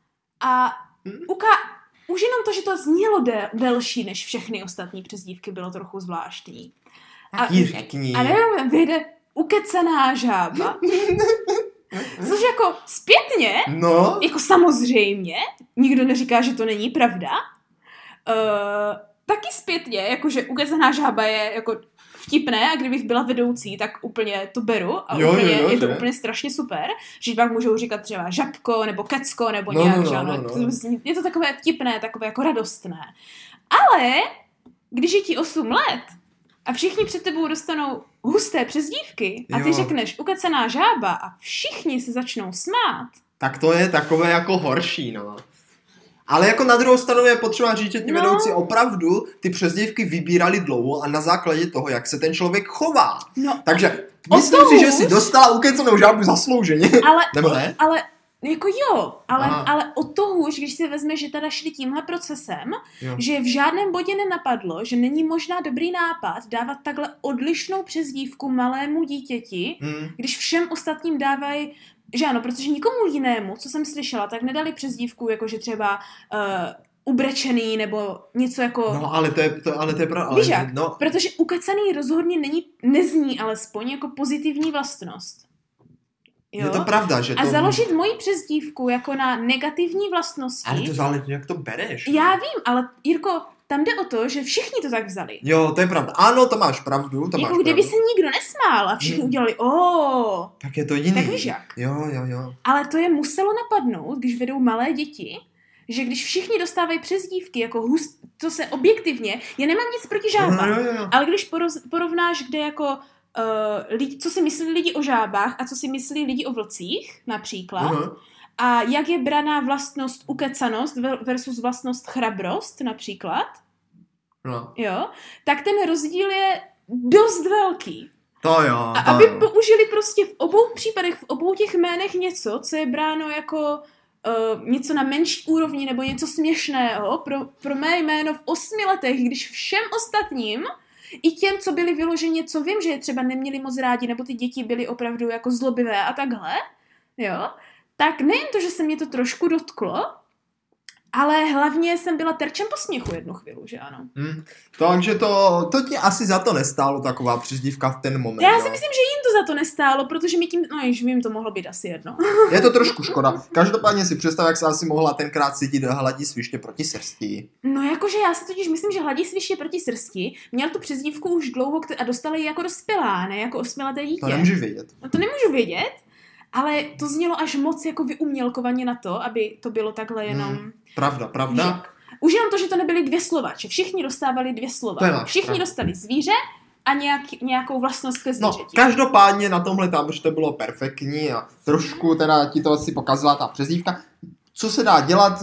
a hmm? uka- už jenom to, že to znělo de- delší než všechny ostatní přezdívky, bylo trochu zvláštní.
A,
a nevím, vyjde ukecená žába. Což jako zpětně,
no.
jako samozřejmě, nikdo neříká, že to není pravda, uh, taky zpětně, jakože ukecená žába je jako vtipné a kdybych byla vedoucí, tak úplně to beru a
jo,
úplně,
jo, jo,
je to
že?
úplně strašně super, že pak můžou říkat třeba žabko nebo kecko nebo
no,
nějak,
no,
že
no,
ano,
no, no.
je to takové vtipné, takové jako radostné. Ale když je ti osm let a všichni před tebou dostanou husté přezdívky a ty jo. řekneš ukecená žába a všichni se začnou smát.
Tak to je takové jako horší, no. Ale jako na druhou stranu je potřeba říct, že ti no. vedoucí opravdu ty přezdívky vybírali dlouho a na základě toho, jak se ten člověk chová.
No,
takže myslím si,
hůř,
že si dostala ukecenou žábu zaslouženě.
Ale,
nebo ne?
Ale jako jo, ale, ale o to hůř, když si vezme, že teda šli tímhle procesem, jo. že v žádném bodě nenapadlo, že není možná dobrý nápad dávat takhle odlišnou přezdívku malému dítěti, hmm. když všem ostatním dávají, že ano, protože nikomu jinému, co jsem slyšela, tak nedali přezdívku, jakože třeba uh, ubrečený nebo něco jako...
No, ale to je, to, ale to je pravda.
Víš jak?
No.
Protože ukecený rozhodně není, nezní alespoň jako pozitivní vlastnost. Jo?
Je to pravda, že to...
A založit moji přezdívku jako na negativní vlastnosti...
Ale to záleží, jak to bereš.
Já vím, ale Jirko, tam jde o to, že všichni to tak vzali.
Jo, to je pravda. Ano, to máš pravdu, to
jako
máš
kdyby
pravdu.
se nikdo nesmál a všichni
Hmm.
udělali, o,
Tak je to jiný.
tak víš jak.
Jo, jo, jo.
Ale to je muselo napadnout, když vedou malé děti, že když všichni dostávají přezdívky, jako hust, to se objektivně, já nemám nic proti žábám,
Jo, jo, jo.
ale když poroz, porovnáš, kde jako, uh, lidi, co si myslí lidi o žábách a co si myslí lidi o vlcích, například,
Uh-huh.
a jak je braná vlastnost ukecanost versus vlastnost chrabrost, například,
No.
jo, tak ten rozdíl je dost velký.
To jo,
A
to
aby
jo.
použili prostě v obou případech, v obou těch jménech něco, co je bráno jako uh, něco na menší úrovni nebo něco směšného, pro, pro mé jméno v osmi letech, když všem ostatním, i těm, co byli vyloženě, co vím, že je třeba neměli moc rádi, nebo ty děti byly opravdu jako zlobivé a takhle, jo, tak nejen to, že se mě to trošku dotklo, ale hlavně jsem byla terčem posměchu jednu chvíli, že ano.
Hmm. Takže to, to ti asi za to nestálo, taková přezdívka v ten moment.
Já
jo.
si myslím, že jim to za to nestálo, protože mi tím, no již vím, to mohlo být asi jedno.
Je to trošku škoda. Každopádně si představ, jak se asi mohla tenkrát cítit hladí sviště proti srsti.
No jakože já si totiž myslím, že Hladí sviště proti srsti měl tu přezdívku už dlouho a dostala ji jako dospělá, ne jako osmileté dítě.
To nemůžu vědět.
No to nemůžu vědět, ale to znělo až moc jako vyumělkovaně na to, aby to bylo takhle jenom...
Hmm. Pravda, pravda.
Že, už jenom to, že to nebyly dvě slova, že všichni dostávali dvě slova.
To je máš,
Všichni
pravda.
dostali zvíře a nějak, nějakou vlastnost ke
No,
zvířeti.
každopádně na tomhle táboře to bylo perfektní a trošku teda ti to asi pokazala ta přezdívka. Co se dá dělat?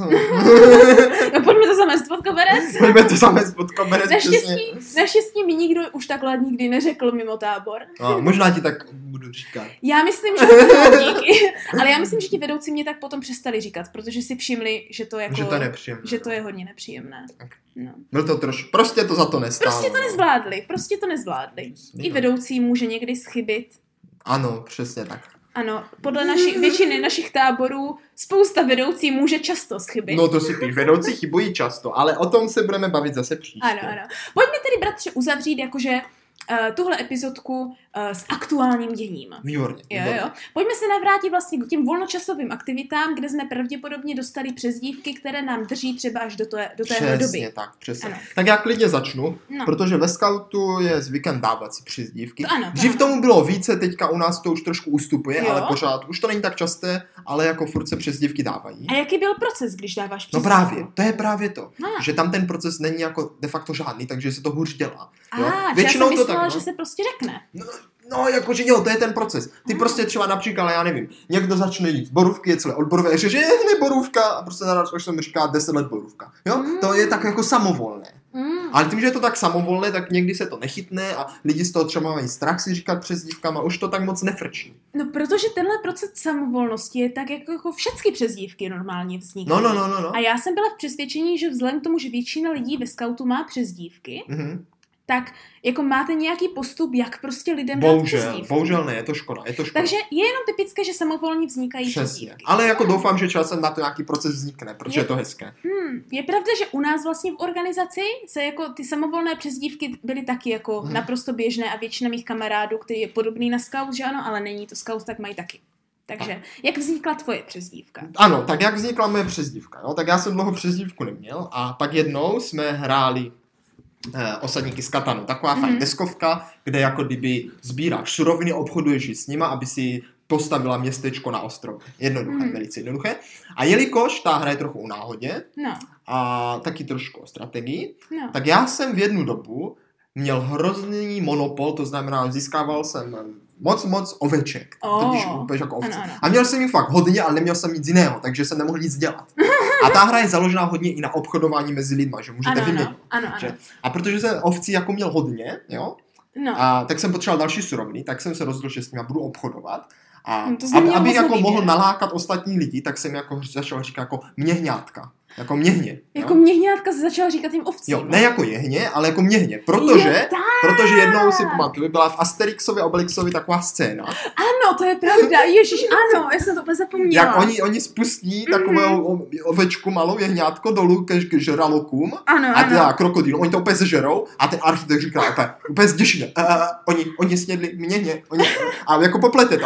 No pojďme to zamést pod koberec.
Pojďme to zamést pod koberec.
Naštěstí, naštěstí mi nikdo už takhle nikdy neřekl mimo tábor.
No, možná ti tak budu říkat.
Já myslím, že to díky, ale já myslím, že ti vedoucí mě tak potom přestali říkat, protože si všimli, že to jako,
Že to je nepříjemné.
že to je hodně nepříjemné.
Tak.
No.
Byl to trošku, prostě to za to nestálo.
Prostě to nezvládli, prostě to nezvládli. I vedoucí může někdy schybit.
Ano, přesně tak.
Ano, podle naši, většiny našich táborů spousta vedoucí může často schybit.
No to si píš, vedoucí chybují často, ale o tom se budeme bavit zase příště.
Ano, ano. Pojďme tedy, bratře, uzavřít jakože uh, tuhle epizodku uh, s aktuálním děním.
Výborně.
Jo,
výborně.
jo. Pojďme se navrátit vlastně k těm volnočasovým aktivitám, kde jsme pravděpodobně dostali přezdívky, které nám drží třeba až do, té, do téhle doby.
Přesně tak, přesně.
Ano.
Tak já klidně začnu,
No.
protože ve skautu je zvykem dávat si přezdívky.
To ano, to
Dřív
ano.
tomu bylo více, teďka u nás to už trošku ustupuje,
Jo.
ale pořád už to není tak časté, ale jako furt se přezdívky dávají.
A jaký byl proces, když dáváš
No
přezdívku?
právě, to je právě to,
No.
že tam ten proces není jako de facto žádný, takže se to hůř dělá. Jo?
A, že já jsem
to
myslela,
tak,
že
no.
se prostě řekne.
No, no, jakože jo, to je ten proces. Ty
Mm.
prostě třeba například, já nevím, někdo začne jít borůvky, je celé odborové, že je hned borůvka a prostě naraz už se mi říká deset let borůvka. Jo,
Mm.
to je tak jako samovolné.
Mm.
Ale tím, že je to tak samovolné, tak někdy se to nechytne a lidi z toho třeba mají strach si říkat přezdívkama, už to tak moc nefrčí.
No, protože tenhle proces samovolnosti je tak jako, jako všechny přezdívky normálně vznikají.
No, no, no, no, no.
A já jsem byla v přesvědčení, že vzhledem k tomu, že většina lidí ve skautu má přezdívky,
Mhm.
tak jako máte nějaký postup, jak prostě lidem dát
Bohužel,
přezdívku.
bohužel ne, je to škoda, je to škoda.
Takže je jenom typické, že samovolně vznikají
Přesně.
přezdívky.
Ale jako doufám, že časem na to nějaký proces vznikne, protože
Je-
je to hezké.
Hmm, je pravda, že u nás vlastně v organizaci se jako ty samovolné přezdívky byly taky jako
Mhm.
naprosto běžné a většina mých kamarádů, který je podobný na scout, že ano, ale není to scout, tak mají taky. Takže, jak vznikla tvoje přezdívka?
Ano, tak jak vznikla moje přezdívka? No, tak já jsem dlouho přezdívku neměl a pak jednou jsme hráli eh, osadníky z Katanu. Taková
Mhm.
fajn deskovka, kde jako kdyby sbíráš suroviny, obchoduješ s nima, aby si postavila městečko na ostrově. Jednoduché,
Mhm.
velice jednoduché. A jelikož ta hra je trochu o náhodě
No,
a taky trošku o strategii,
no.
tak já jsem v jednu dobu měl hrozný monopol, to znamená, získával jsem moc, moc oveček.
Oh.
Totiž úplně jako ovce.
Ano, ano.
A měl jsem jich fakt hodně, ale neměl jsem nic jiného, takže jsem nemohl nic dělat. A ta hra je založená hodně i na obchodování mezi lidma, že můžete
Ano,
vyměnit.
ano, ano, ano.
Že? A protože jsem ovcí jako měl hodně, jo,
No.
a tak jsem potřeboval další suroviny, tak jsem se rozhodl, že s nimi budu obchodovat. A
No to zní
aby,
mě
abych
moc
jako
nevýběr.
mohl nalákat ostatní lidi, tak jsem jako začal říkat jako měhňátka. Jako měhně.
Jako
jo?
měhňátka se začala říkat těm ovcím.
Jo, ne jako jehně, ale jako měhně, protože,
Jo, tak.
protože jednou si pamatuju, byla v Asterixovi a Obelixovi taková scéna,
Ano, to je pravda, ježiš, ano, já jsem to úplně zapomněla.
jak oni, oni spustí takovou o- ovečku malou jehňátko dolů ke, k žralokům
Ano,
a ty
ano.
krokodýl, oni to úplně sežerou a ten architekt říká úplně, úplně zděšeně, uh, oni, oni snědli měhně, oni, a jako poplete to a mně to přišlo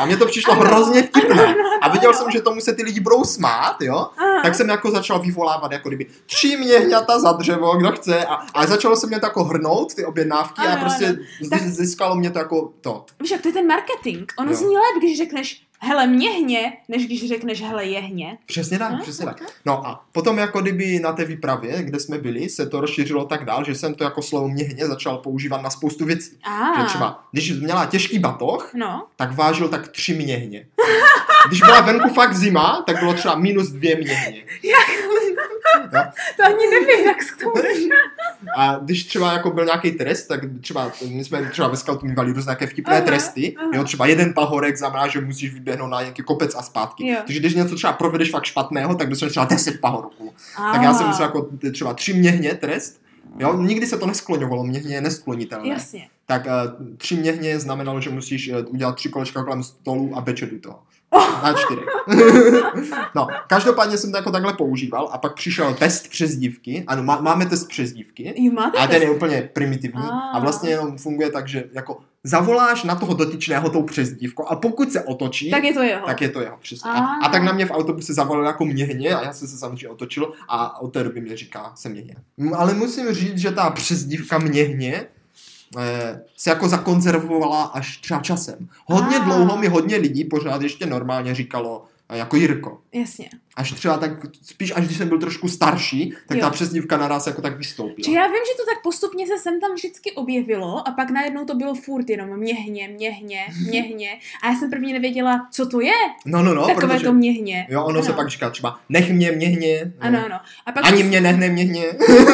přišlo
ano,
hrozně vtipné.
ano, ano,
A viděl
ano.
jsem, že tomu se ty lidi budou smát, jo?
Aha.
Tak jsem jako začal vyvolávat, jako kdyby tři měhňata za dřevo, kdo chce. A, a začalo se mě to jako hrnout, ty objednávky
Ano,
a prostě
ano. Tak-
získalo mě to jako to.
Víš, jak to je ten marketing. Ono
Jo.
zní lépe, když řekneš hele měhně, než když řekneš hele jehně.
Přesně tak,
No,
přesně tak.
okay.
No a potom jako kdyby na té výpravě, kde jsme byli, se to rozšířilo tak dál, že jsem to jako slovo měhně začal používat na spoustu věcí.
Ah.
Že třeba, když měla těžký batoh,
No.
tak vážil tak tři měhně. Když byla venku fakt zima, tak bylo třeba minus dvě měhně. Jo?
To ani nevím, jak se k tomu
A když třeba jako byl nějaký trest, tak třeba, my jsme třeba ve Scoutu mývali různé nějaké vtipné
Aha,
tresty,
aha.
jo, třeba jeden pahorek znamená, že musíš vyběhnout na nějaký kopec a zpátky.
Jo.
Takže když něco třeba provedeš fakt špatného, tak dostaneš třeba deset pahorků.
Ah.
Tak já jsem musel jako t- třeba tři měhně trest, jo, nikdy se to neskloňovalo, měhně je nesklonitelné.
Jasně.
Tak uh, tři měhně znamenalo, že musíš uh, udělat tři kolečka kolem stolu a bečet do toho.
Oh.
Na čtyři. No, každopádně jsem to jako takhle používal a pak přišel test přezdívky. Ano, má, máme test přezdívky.
Jo, máte
A ten je
test?
úplně primitivní.
Ah.
A vlastně jenom funguje tak, že jako zavoláš na toho dotyčného tou přezdívkou a pokud se otočí,
Tak je to jeho.
tak je to jeho, přesně.
Ah.
A, a tak na mě v autobuse zavolal jako měhně a já jsem se samozřejmě otočil a od té doby mě říká se měhně. M, Ale musím říct, že ta přezdívka měhně eh, se jako zakonzervovala až třeba časem. Hodně
Ah.
dlouho mi hodně lidí pořád ještě normálně říkalo eh, jako Jirko.
Jasně.
Až třeba tak, spíš až když jsem byl trošku starší, tak
Jo.
ta přezdívka naraz jako tak vystoupila.
Či já vím, že to tak postupně se sem tam vždycky objevilo a pak najednou to bylo furt jenom měhně, měhně, měhně a já jsem prvně nevěděla, co to je,
No, no, no,
takové
protože,
to měhně.
jo, ono
ano.
se pak říká třeba nech mě měhně,
Ano,
no.
ano. A pak
Ani
jsem-
mě nehne měhně.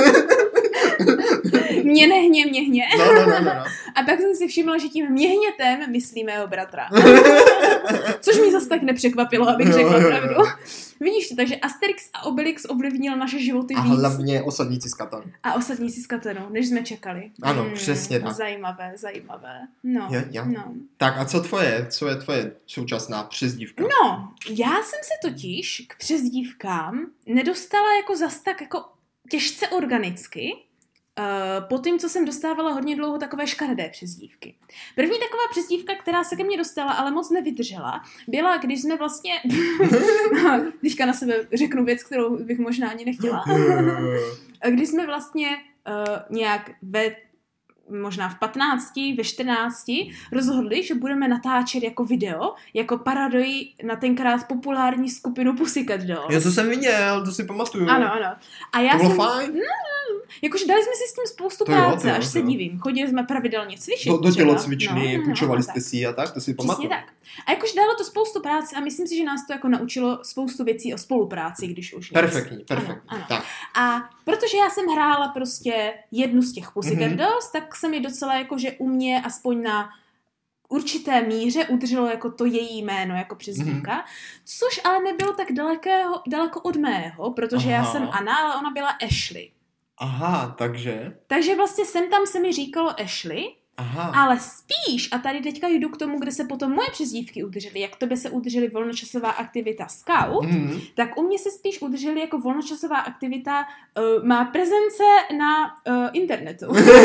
Mě nehně, měhně.
No, no, no, no, no.
A pak jsem si všimla, že tím měhnětem myslí mého bratra. Což mě zase tak nepřekvapilo, abych
Jo,
řekla
jo, jo.
pravdu. Vidíš to, takže Asterix a Obelix ovlivnil naše životy
A
víc.
hlavně osadníci z Katan.
A ostatní si s Katanou, než jsme čekali.
Ano, přesně tak.
Zajímavé, zajímavé. No,
Jo, jo.
no.
Tak a co tvoje, co je tvoje současná přezdívka?
No, já jsem se totiž k přezdívkám nedostala jako zas tak jako těžce organicky, Uh, po tím, co jsem dostávala hodně dlouho takové škaredé přezdívky. První taková přezdívka, která se ke mně dostala, ale moc nevydržela, byla, když jsme vlastně... Teďka na sebe řeknu věc, kterou bych možná ani nechtěla. Když jsme vlastně uh, nějak ve možná v patnácti, ve čtrnácti rozhodli, že budeme natáčet jako video, jako parodii na tenkrát populární skupinu Pussycat Dolls.
Jo, to jsem viděl, to si pamatuju.
Ano, ano. A já
To bylo
jsem...
fajn?
Jakože dali jsme si s tím spoustu
To jo,
práce,
to jo,
až
to
se
jo.
divím. Chodili jsme pravidelně cvičit.
Do, do
třeba.
tělocvičny,
No, no,
půjčovali
no,
jste
tak.
si a tak, to si
Přesně
pamatuju.
tak. A jakož dalo to spoustu práce a myslím si, že nás to jako naučilo spoustu věcí o spolupráci, když už nic.
Perfektní, perfektní.
Ano, ano.
Tak.
A protože já jsem hrála prostě jednu z těch Pussycat
Mhm.
Dolls, tak se mi docela jakože u mě aspoň na určité míře udrželo jako to její jméno jako přezdívka,
Mhm.
což ale nebylo tak dalekého, daleko od mého, protože já
Aha.
jsem Anna, ale ona byla Ashley.
Aha, takže.
Takže vlastně sem tam se mi říkalo Ashley,
Aha.
ale spíš, a tady teďka jdu k tomu, kde se potom moje přezdívky udržely, jak tobě se udržely volnočasová aktivita Scout,
Mhm.
tak u mě se spíš udržely jako volnočasová aktivita uh, má prezence na uh, internetu.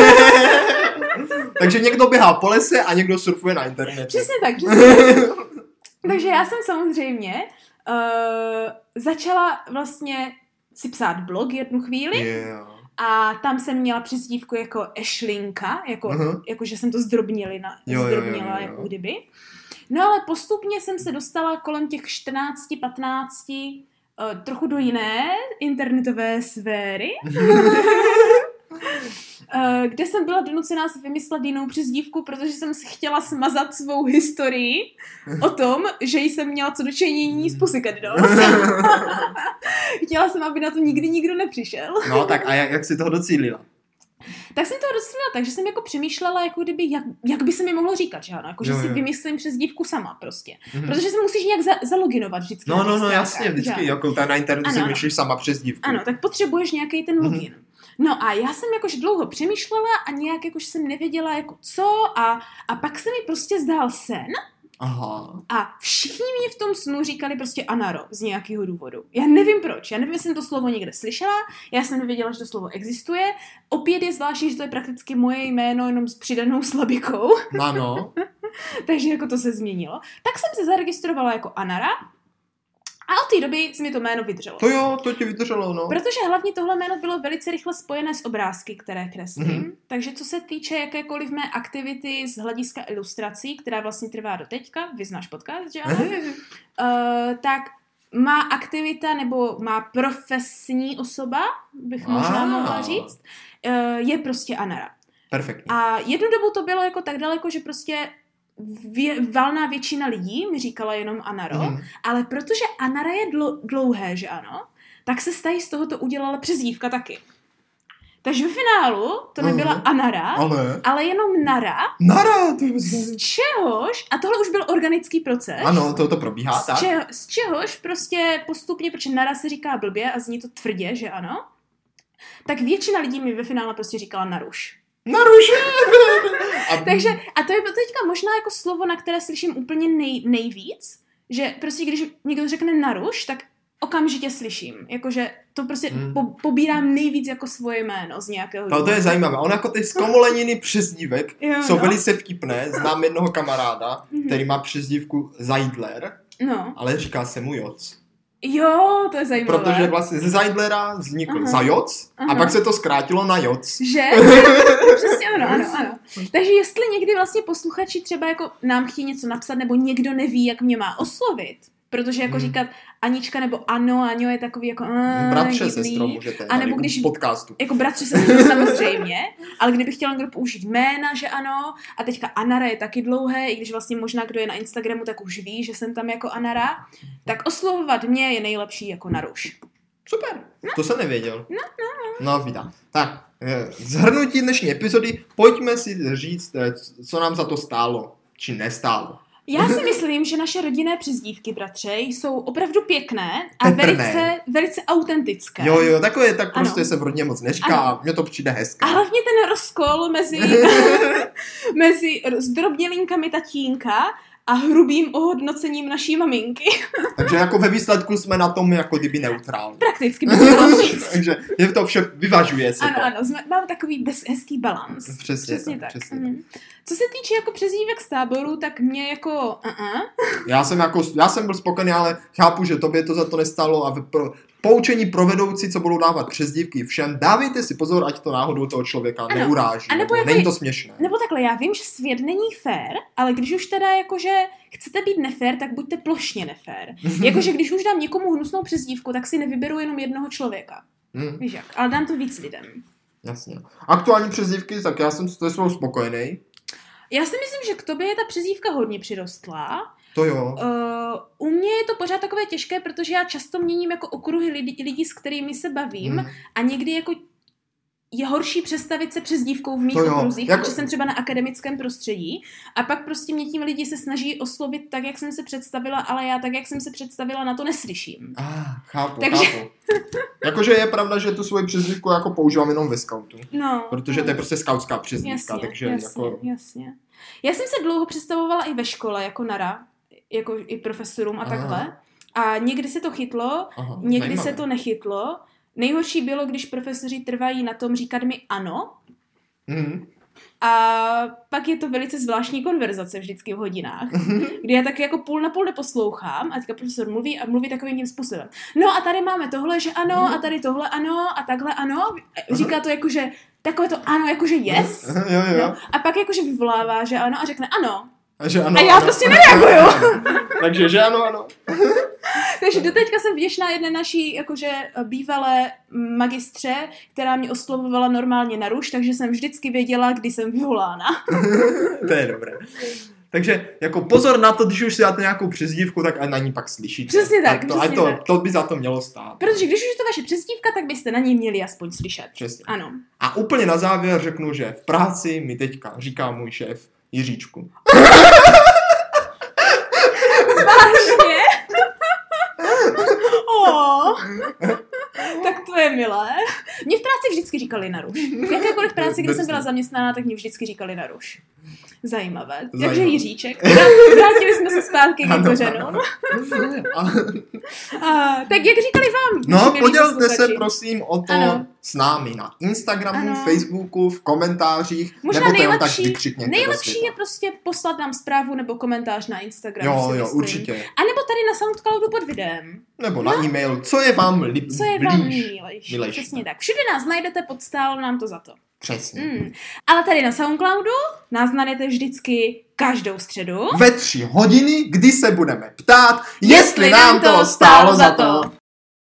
Takže někdo běhá po lese a někdo surfuje na internetu.
Přesně tak, přesně tak. Takže já jsem samozřejmě uh, začala vlastně si psát blog jednu chvíli
Yeah.
a tam jsem měla přezdívku jako Ashlinka, jako,
Mhm.
jako že jsem to zdrobnili na,
Jo, jo, jo,
zdrobnila
jo, jo.
jako kdyby. No ale postupně jsem se dostala kolem těch čtrnácti, patnácti uh, trochu do jiné internetové sféry, uh, kde jsem byla donucená si vymyslet jinou přezdívku, protože jsem si chtěla smazat svou historii o tom, že jsem měla co dočinění s Pussycat Dolls. Chtěla jsem, aby na to nikdy nikdo nepřišel.
No tak a jak, jak jsi toho docílila?
Tak jsem toho docílila tak, že jsem jako přemýšlela, jako kdyby, jak, jak by se mi mohlo říkat, že ano, jako že
Jo,
si
jo.
vymyslím přezdívku sama prostě.
Mhm.
Protože se musíš nějak za, zaloginovat vždycky.
No,
na
no,
těch
no,
stránkách,
jasně,
že
vždycky,
ano?
jako ta na internetu
Ano,
si
ano.
myšlíš sama přes dívku.
Ano, tak potřebuješ nějaký ten login. No a já jsem jakož dlouho přemýšlela a nějak jakož jsem nevěděla jako co a, a pak se mi prostě zdál sen,
Aha.
A všichni mě v tom snu říkali prostě Anaro z nějakého důvodu. Já nevím proč, já nevím, jestli jsem to slovo někde slyšela, já jsem nevěděla, že to slovo existuje. Opět je zvláštní, že to je prakticky moje jméno jenom s přidanou slabikou.
Ano.
Takže jako to se změnilo. Tak jsem se zaregistrovala jako Anara a od té doby se mi to jméno vydrželo.
To jo, to ti vydrželo, no.
Protože hlavně tohle jméno bylo velice rychle spojené s obrázky, které kreslím.
Mhm.
Takže co se týče jakékoliv mé aktivity z hlediska ilustrací, která vlastně trvá do teďka, vyznáš podcast, že ano? uh, tak má aktivita nebo má profesní osoba, bych možná
Ah.
mohla říct, uh, je prostě Anara.
Perfektní.
A jednu dobu to bylo jako tak daleko, že prostě vě, valná většina lidí mi říkala jenom Anaro,
Mhm.
ale protože Anara je dlo, dlouhé, že ano, tak se stají z tohoto udělala přezdívka taky. Takže v finálu to nebyla
Mhm.
Anara,
Ale...
ale jenom Nara,
Nara! To je...
z čehož, a tohle už byl organický proces,
Ano, to, to probíhá,
z,
tak?
čeho, z čehož prostě postupně, protože Nara se říká blbě a zní to tvrdě, že ano, tak většina lidí mi ve finále prostě říkala Naruš.
Naruše! A...
Takže, a to je teďka možná jako slovo, na které slyším úplně nej, nejvíc, že prostě když někdo řekne Naruš, tak okamžitě slyším. Jakože to prostě
Hmm.
po, pobírám nejvíc jako svoje jméno z nějakého
No, to je zajímavé. On jako ty zkomoleniny přezdívek
Jo,
jsou
no.
velice vtipné. Znám jednoho kamaráda,
Mhm.
který má přezdívku Zajdler,
No.
ale říká se mu Joc.
Jo, to je zajímavé.
Protože vlastně ze Zajdlera vznikl
Aha.
Zajoc a
Aha.
pak se to zkrátilo na Joc.
Že? Přesně ano, ano, ano. Takže jestli někdy vlastně posluchači třeba jako nám chtějí něco napsat, nebo někdo neví, jak mě má oslovit, protože jako
Hmm.
říkat Anička nebo Ano, Aňo je takový jako uh,
Bratře,
divný.
sestro, můžete.
A nebo
tady
když-
u podcastu.
Jako bratře se samozřejmě, ale kdyby chtěl někdo použít jména, že ano, a teďka Anara je taky dlouhé, i když vlastně možná kdo je na Instagramu, tak už ví, že jsem tam jako Anara, tak oslovovat mě je nejlepší jako Naruš.
Super, to jsem nevěděl. No, no, no. vítám. Tak, eh, zhrnutí dnešní epizody, pojďme si říct, eh, co nám za to stálo, či nestálo.
Já si myslím, že naše rodinné přezdívky, bratře, jsou opravdu pěkné a
Peprné.
velice, velice autentické.
Jo, jo, takové, tak
Ano.
prostě se v rodině moc neříká
Ano.
a mně to přijde hezké.
A hlavně ten rozkol mezi, mezi zdrobnělinkami tatínka a hrubým ohodnocením naší maminky.
Takže jako ve výsledku jsme na tom jako kdyby neutrální.
Prakticky by se dalo říct.
Takže je to vše, vyvažuje se
Ano,
to.
ano, jsme, máme takový bez, hezký balans.
Přesně,
Přesně
tak,
tak.
přesně
Mhm. Co se týče jako přezdívek z táboru, tak mě jako uh-uh.
Já jsem jako, já jsem byl spokojený, ale chápu, že tobě to za to nestálo a v pro, poučení pro vedoucí, co budou dávat přezdívky všem, dávejte si pozor, ať to náhodou toho člověka
Ano.
neuráží.
A nebo
nebo
jako
není
je-
to směšné.
Nebo takhle, já vím, že svět není fér, ale když už teda jakože chcete být nefér, tak buďte plošně nefér. Jakože když už dám někomu hnusnou přezdívku, tak si nevyberu jenom jednoho člověka.
Hm,
Víš jak? Ale dám to víc lidem.
jasně. Aktuální přezdívky, tak já jsem s to svou spokojený.
Já si myslím, že k tobě je ta přezdívka hodně přirostlá.
To jo.
Uh, u mě je to pořád takové těžké, protože já často měním jako okruhy lidí, lidí s kterými se bavím
Hm.
a někdy jako je horší představit se přezdívkou v mých
To jo.
okruzích,
Jako-
protože jsem třeba na akademickém prostředí a pak prostě mě tím lidi se snaží oslovit tak, jak jsem se představila, ale já tak, jak jsem se představila, na to neslyším.
Ah, chápu,
Takže-
chápu. Jakože je pravda, že tu svoji přezdívku jako používám jenom ve skautu.
No,
Protože to je prostě skautská přezdívka,
jasně,
takže
jasně,
jako...
jasně. Já jsem se dlouho představovala i ve škole jako Nara, jako i profesorům a
Aha.
takhle. A někdy se to chytlo,
Aha,
někdy
zajímavé.
se to nechytlo. Nejhorší bylo, když profesoři trvají na tom říkat mi ano,
Mhm.
a pak je to velice zvláštní konverzace vždycky v hodinách, kdy já tak jako půl na půl neposlouchám a teďka profesor mluví a mluví takovým tím způsobem. No a tady máme tohle, že ano, a tady tohle ano, a takhle ano. Říká to jako, že takové to ano, jakože yes.
jo, jo, jo.
No. A pak jakože vyvolává, že ano, a řekne ano.
A, že ano,
A já
ano.
prostě nereaguju.
Takže, že ano, ano.
Takže doteďka jsem vděčná jedné naší jakože bývalé magistře, která mě oslovovala normálně na ruš, takže jsem vždycky věděla, kdy jsem vyvolána.
To je dobré. Takže jako pozor na to, když už si dáte nějakou přezdívku, tak a na ní pak slyšíte.
Přesně tak,
to,
přesně
a to,
tak.
to by za to mělo stát.
Protože když už je to vaše přezdívka, tak byste na ní měli aspoň slyšet.
Přesně.
Ano.
A úplně na závěr řeknu, že v práci mi teďka říká můj šéf Jiříčku.
Vážně? Oh. Tak to je milé. Mě v práci vždycky říkali naruš. V jakékoliv práci, kde jsem byla zaměstnaná, tak mě vždycky říkali naruš. Zajímavé.
Zajímavé.
Takže Jiříček. Vrátili jsme se zpátky k kořenům. Tak jak říkali vám?
No, podělte se prosím o to
ano.
s námi na Instagramu,
ano.
Facebooku, v komentářích.
Možná
nebo to jenom tak
nejlepší,
vykřikněte
nejlepší je prostě poslat nám zprávu nebo komentář na Instagram.
Jo,
si
jo,
myslím.
určitě.
A nebo tady na Soundcloudu pod videem.
Nebo na no? e-mail. Co je vám li-
Co je vám
blíž?
milejší. Přesně tak. Všude nás najdete, pod stálo nám to za to.
Přesně.
Mm. Ale tady na Soundcloudu nás najdete vždycky každou středu.
Ve tři hodiny, kdy se budeme ptát, jestli nám to stálo za to.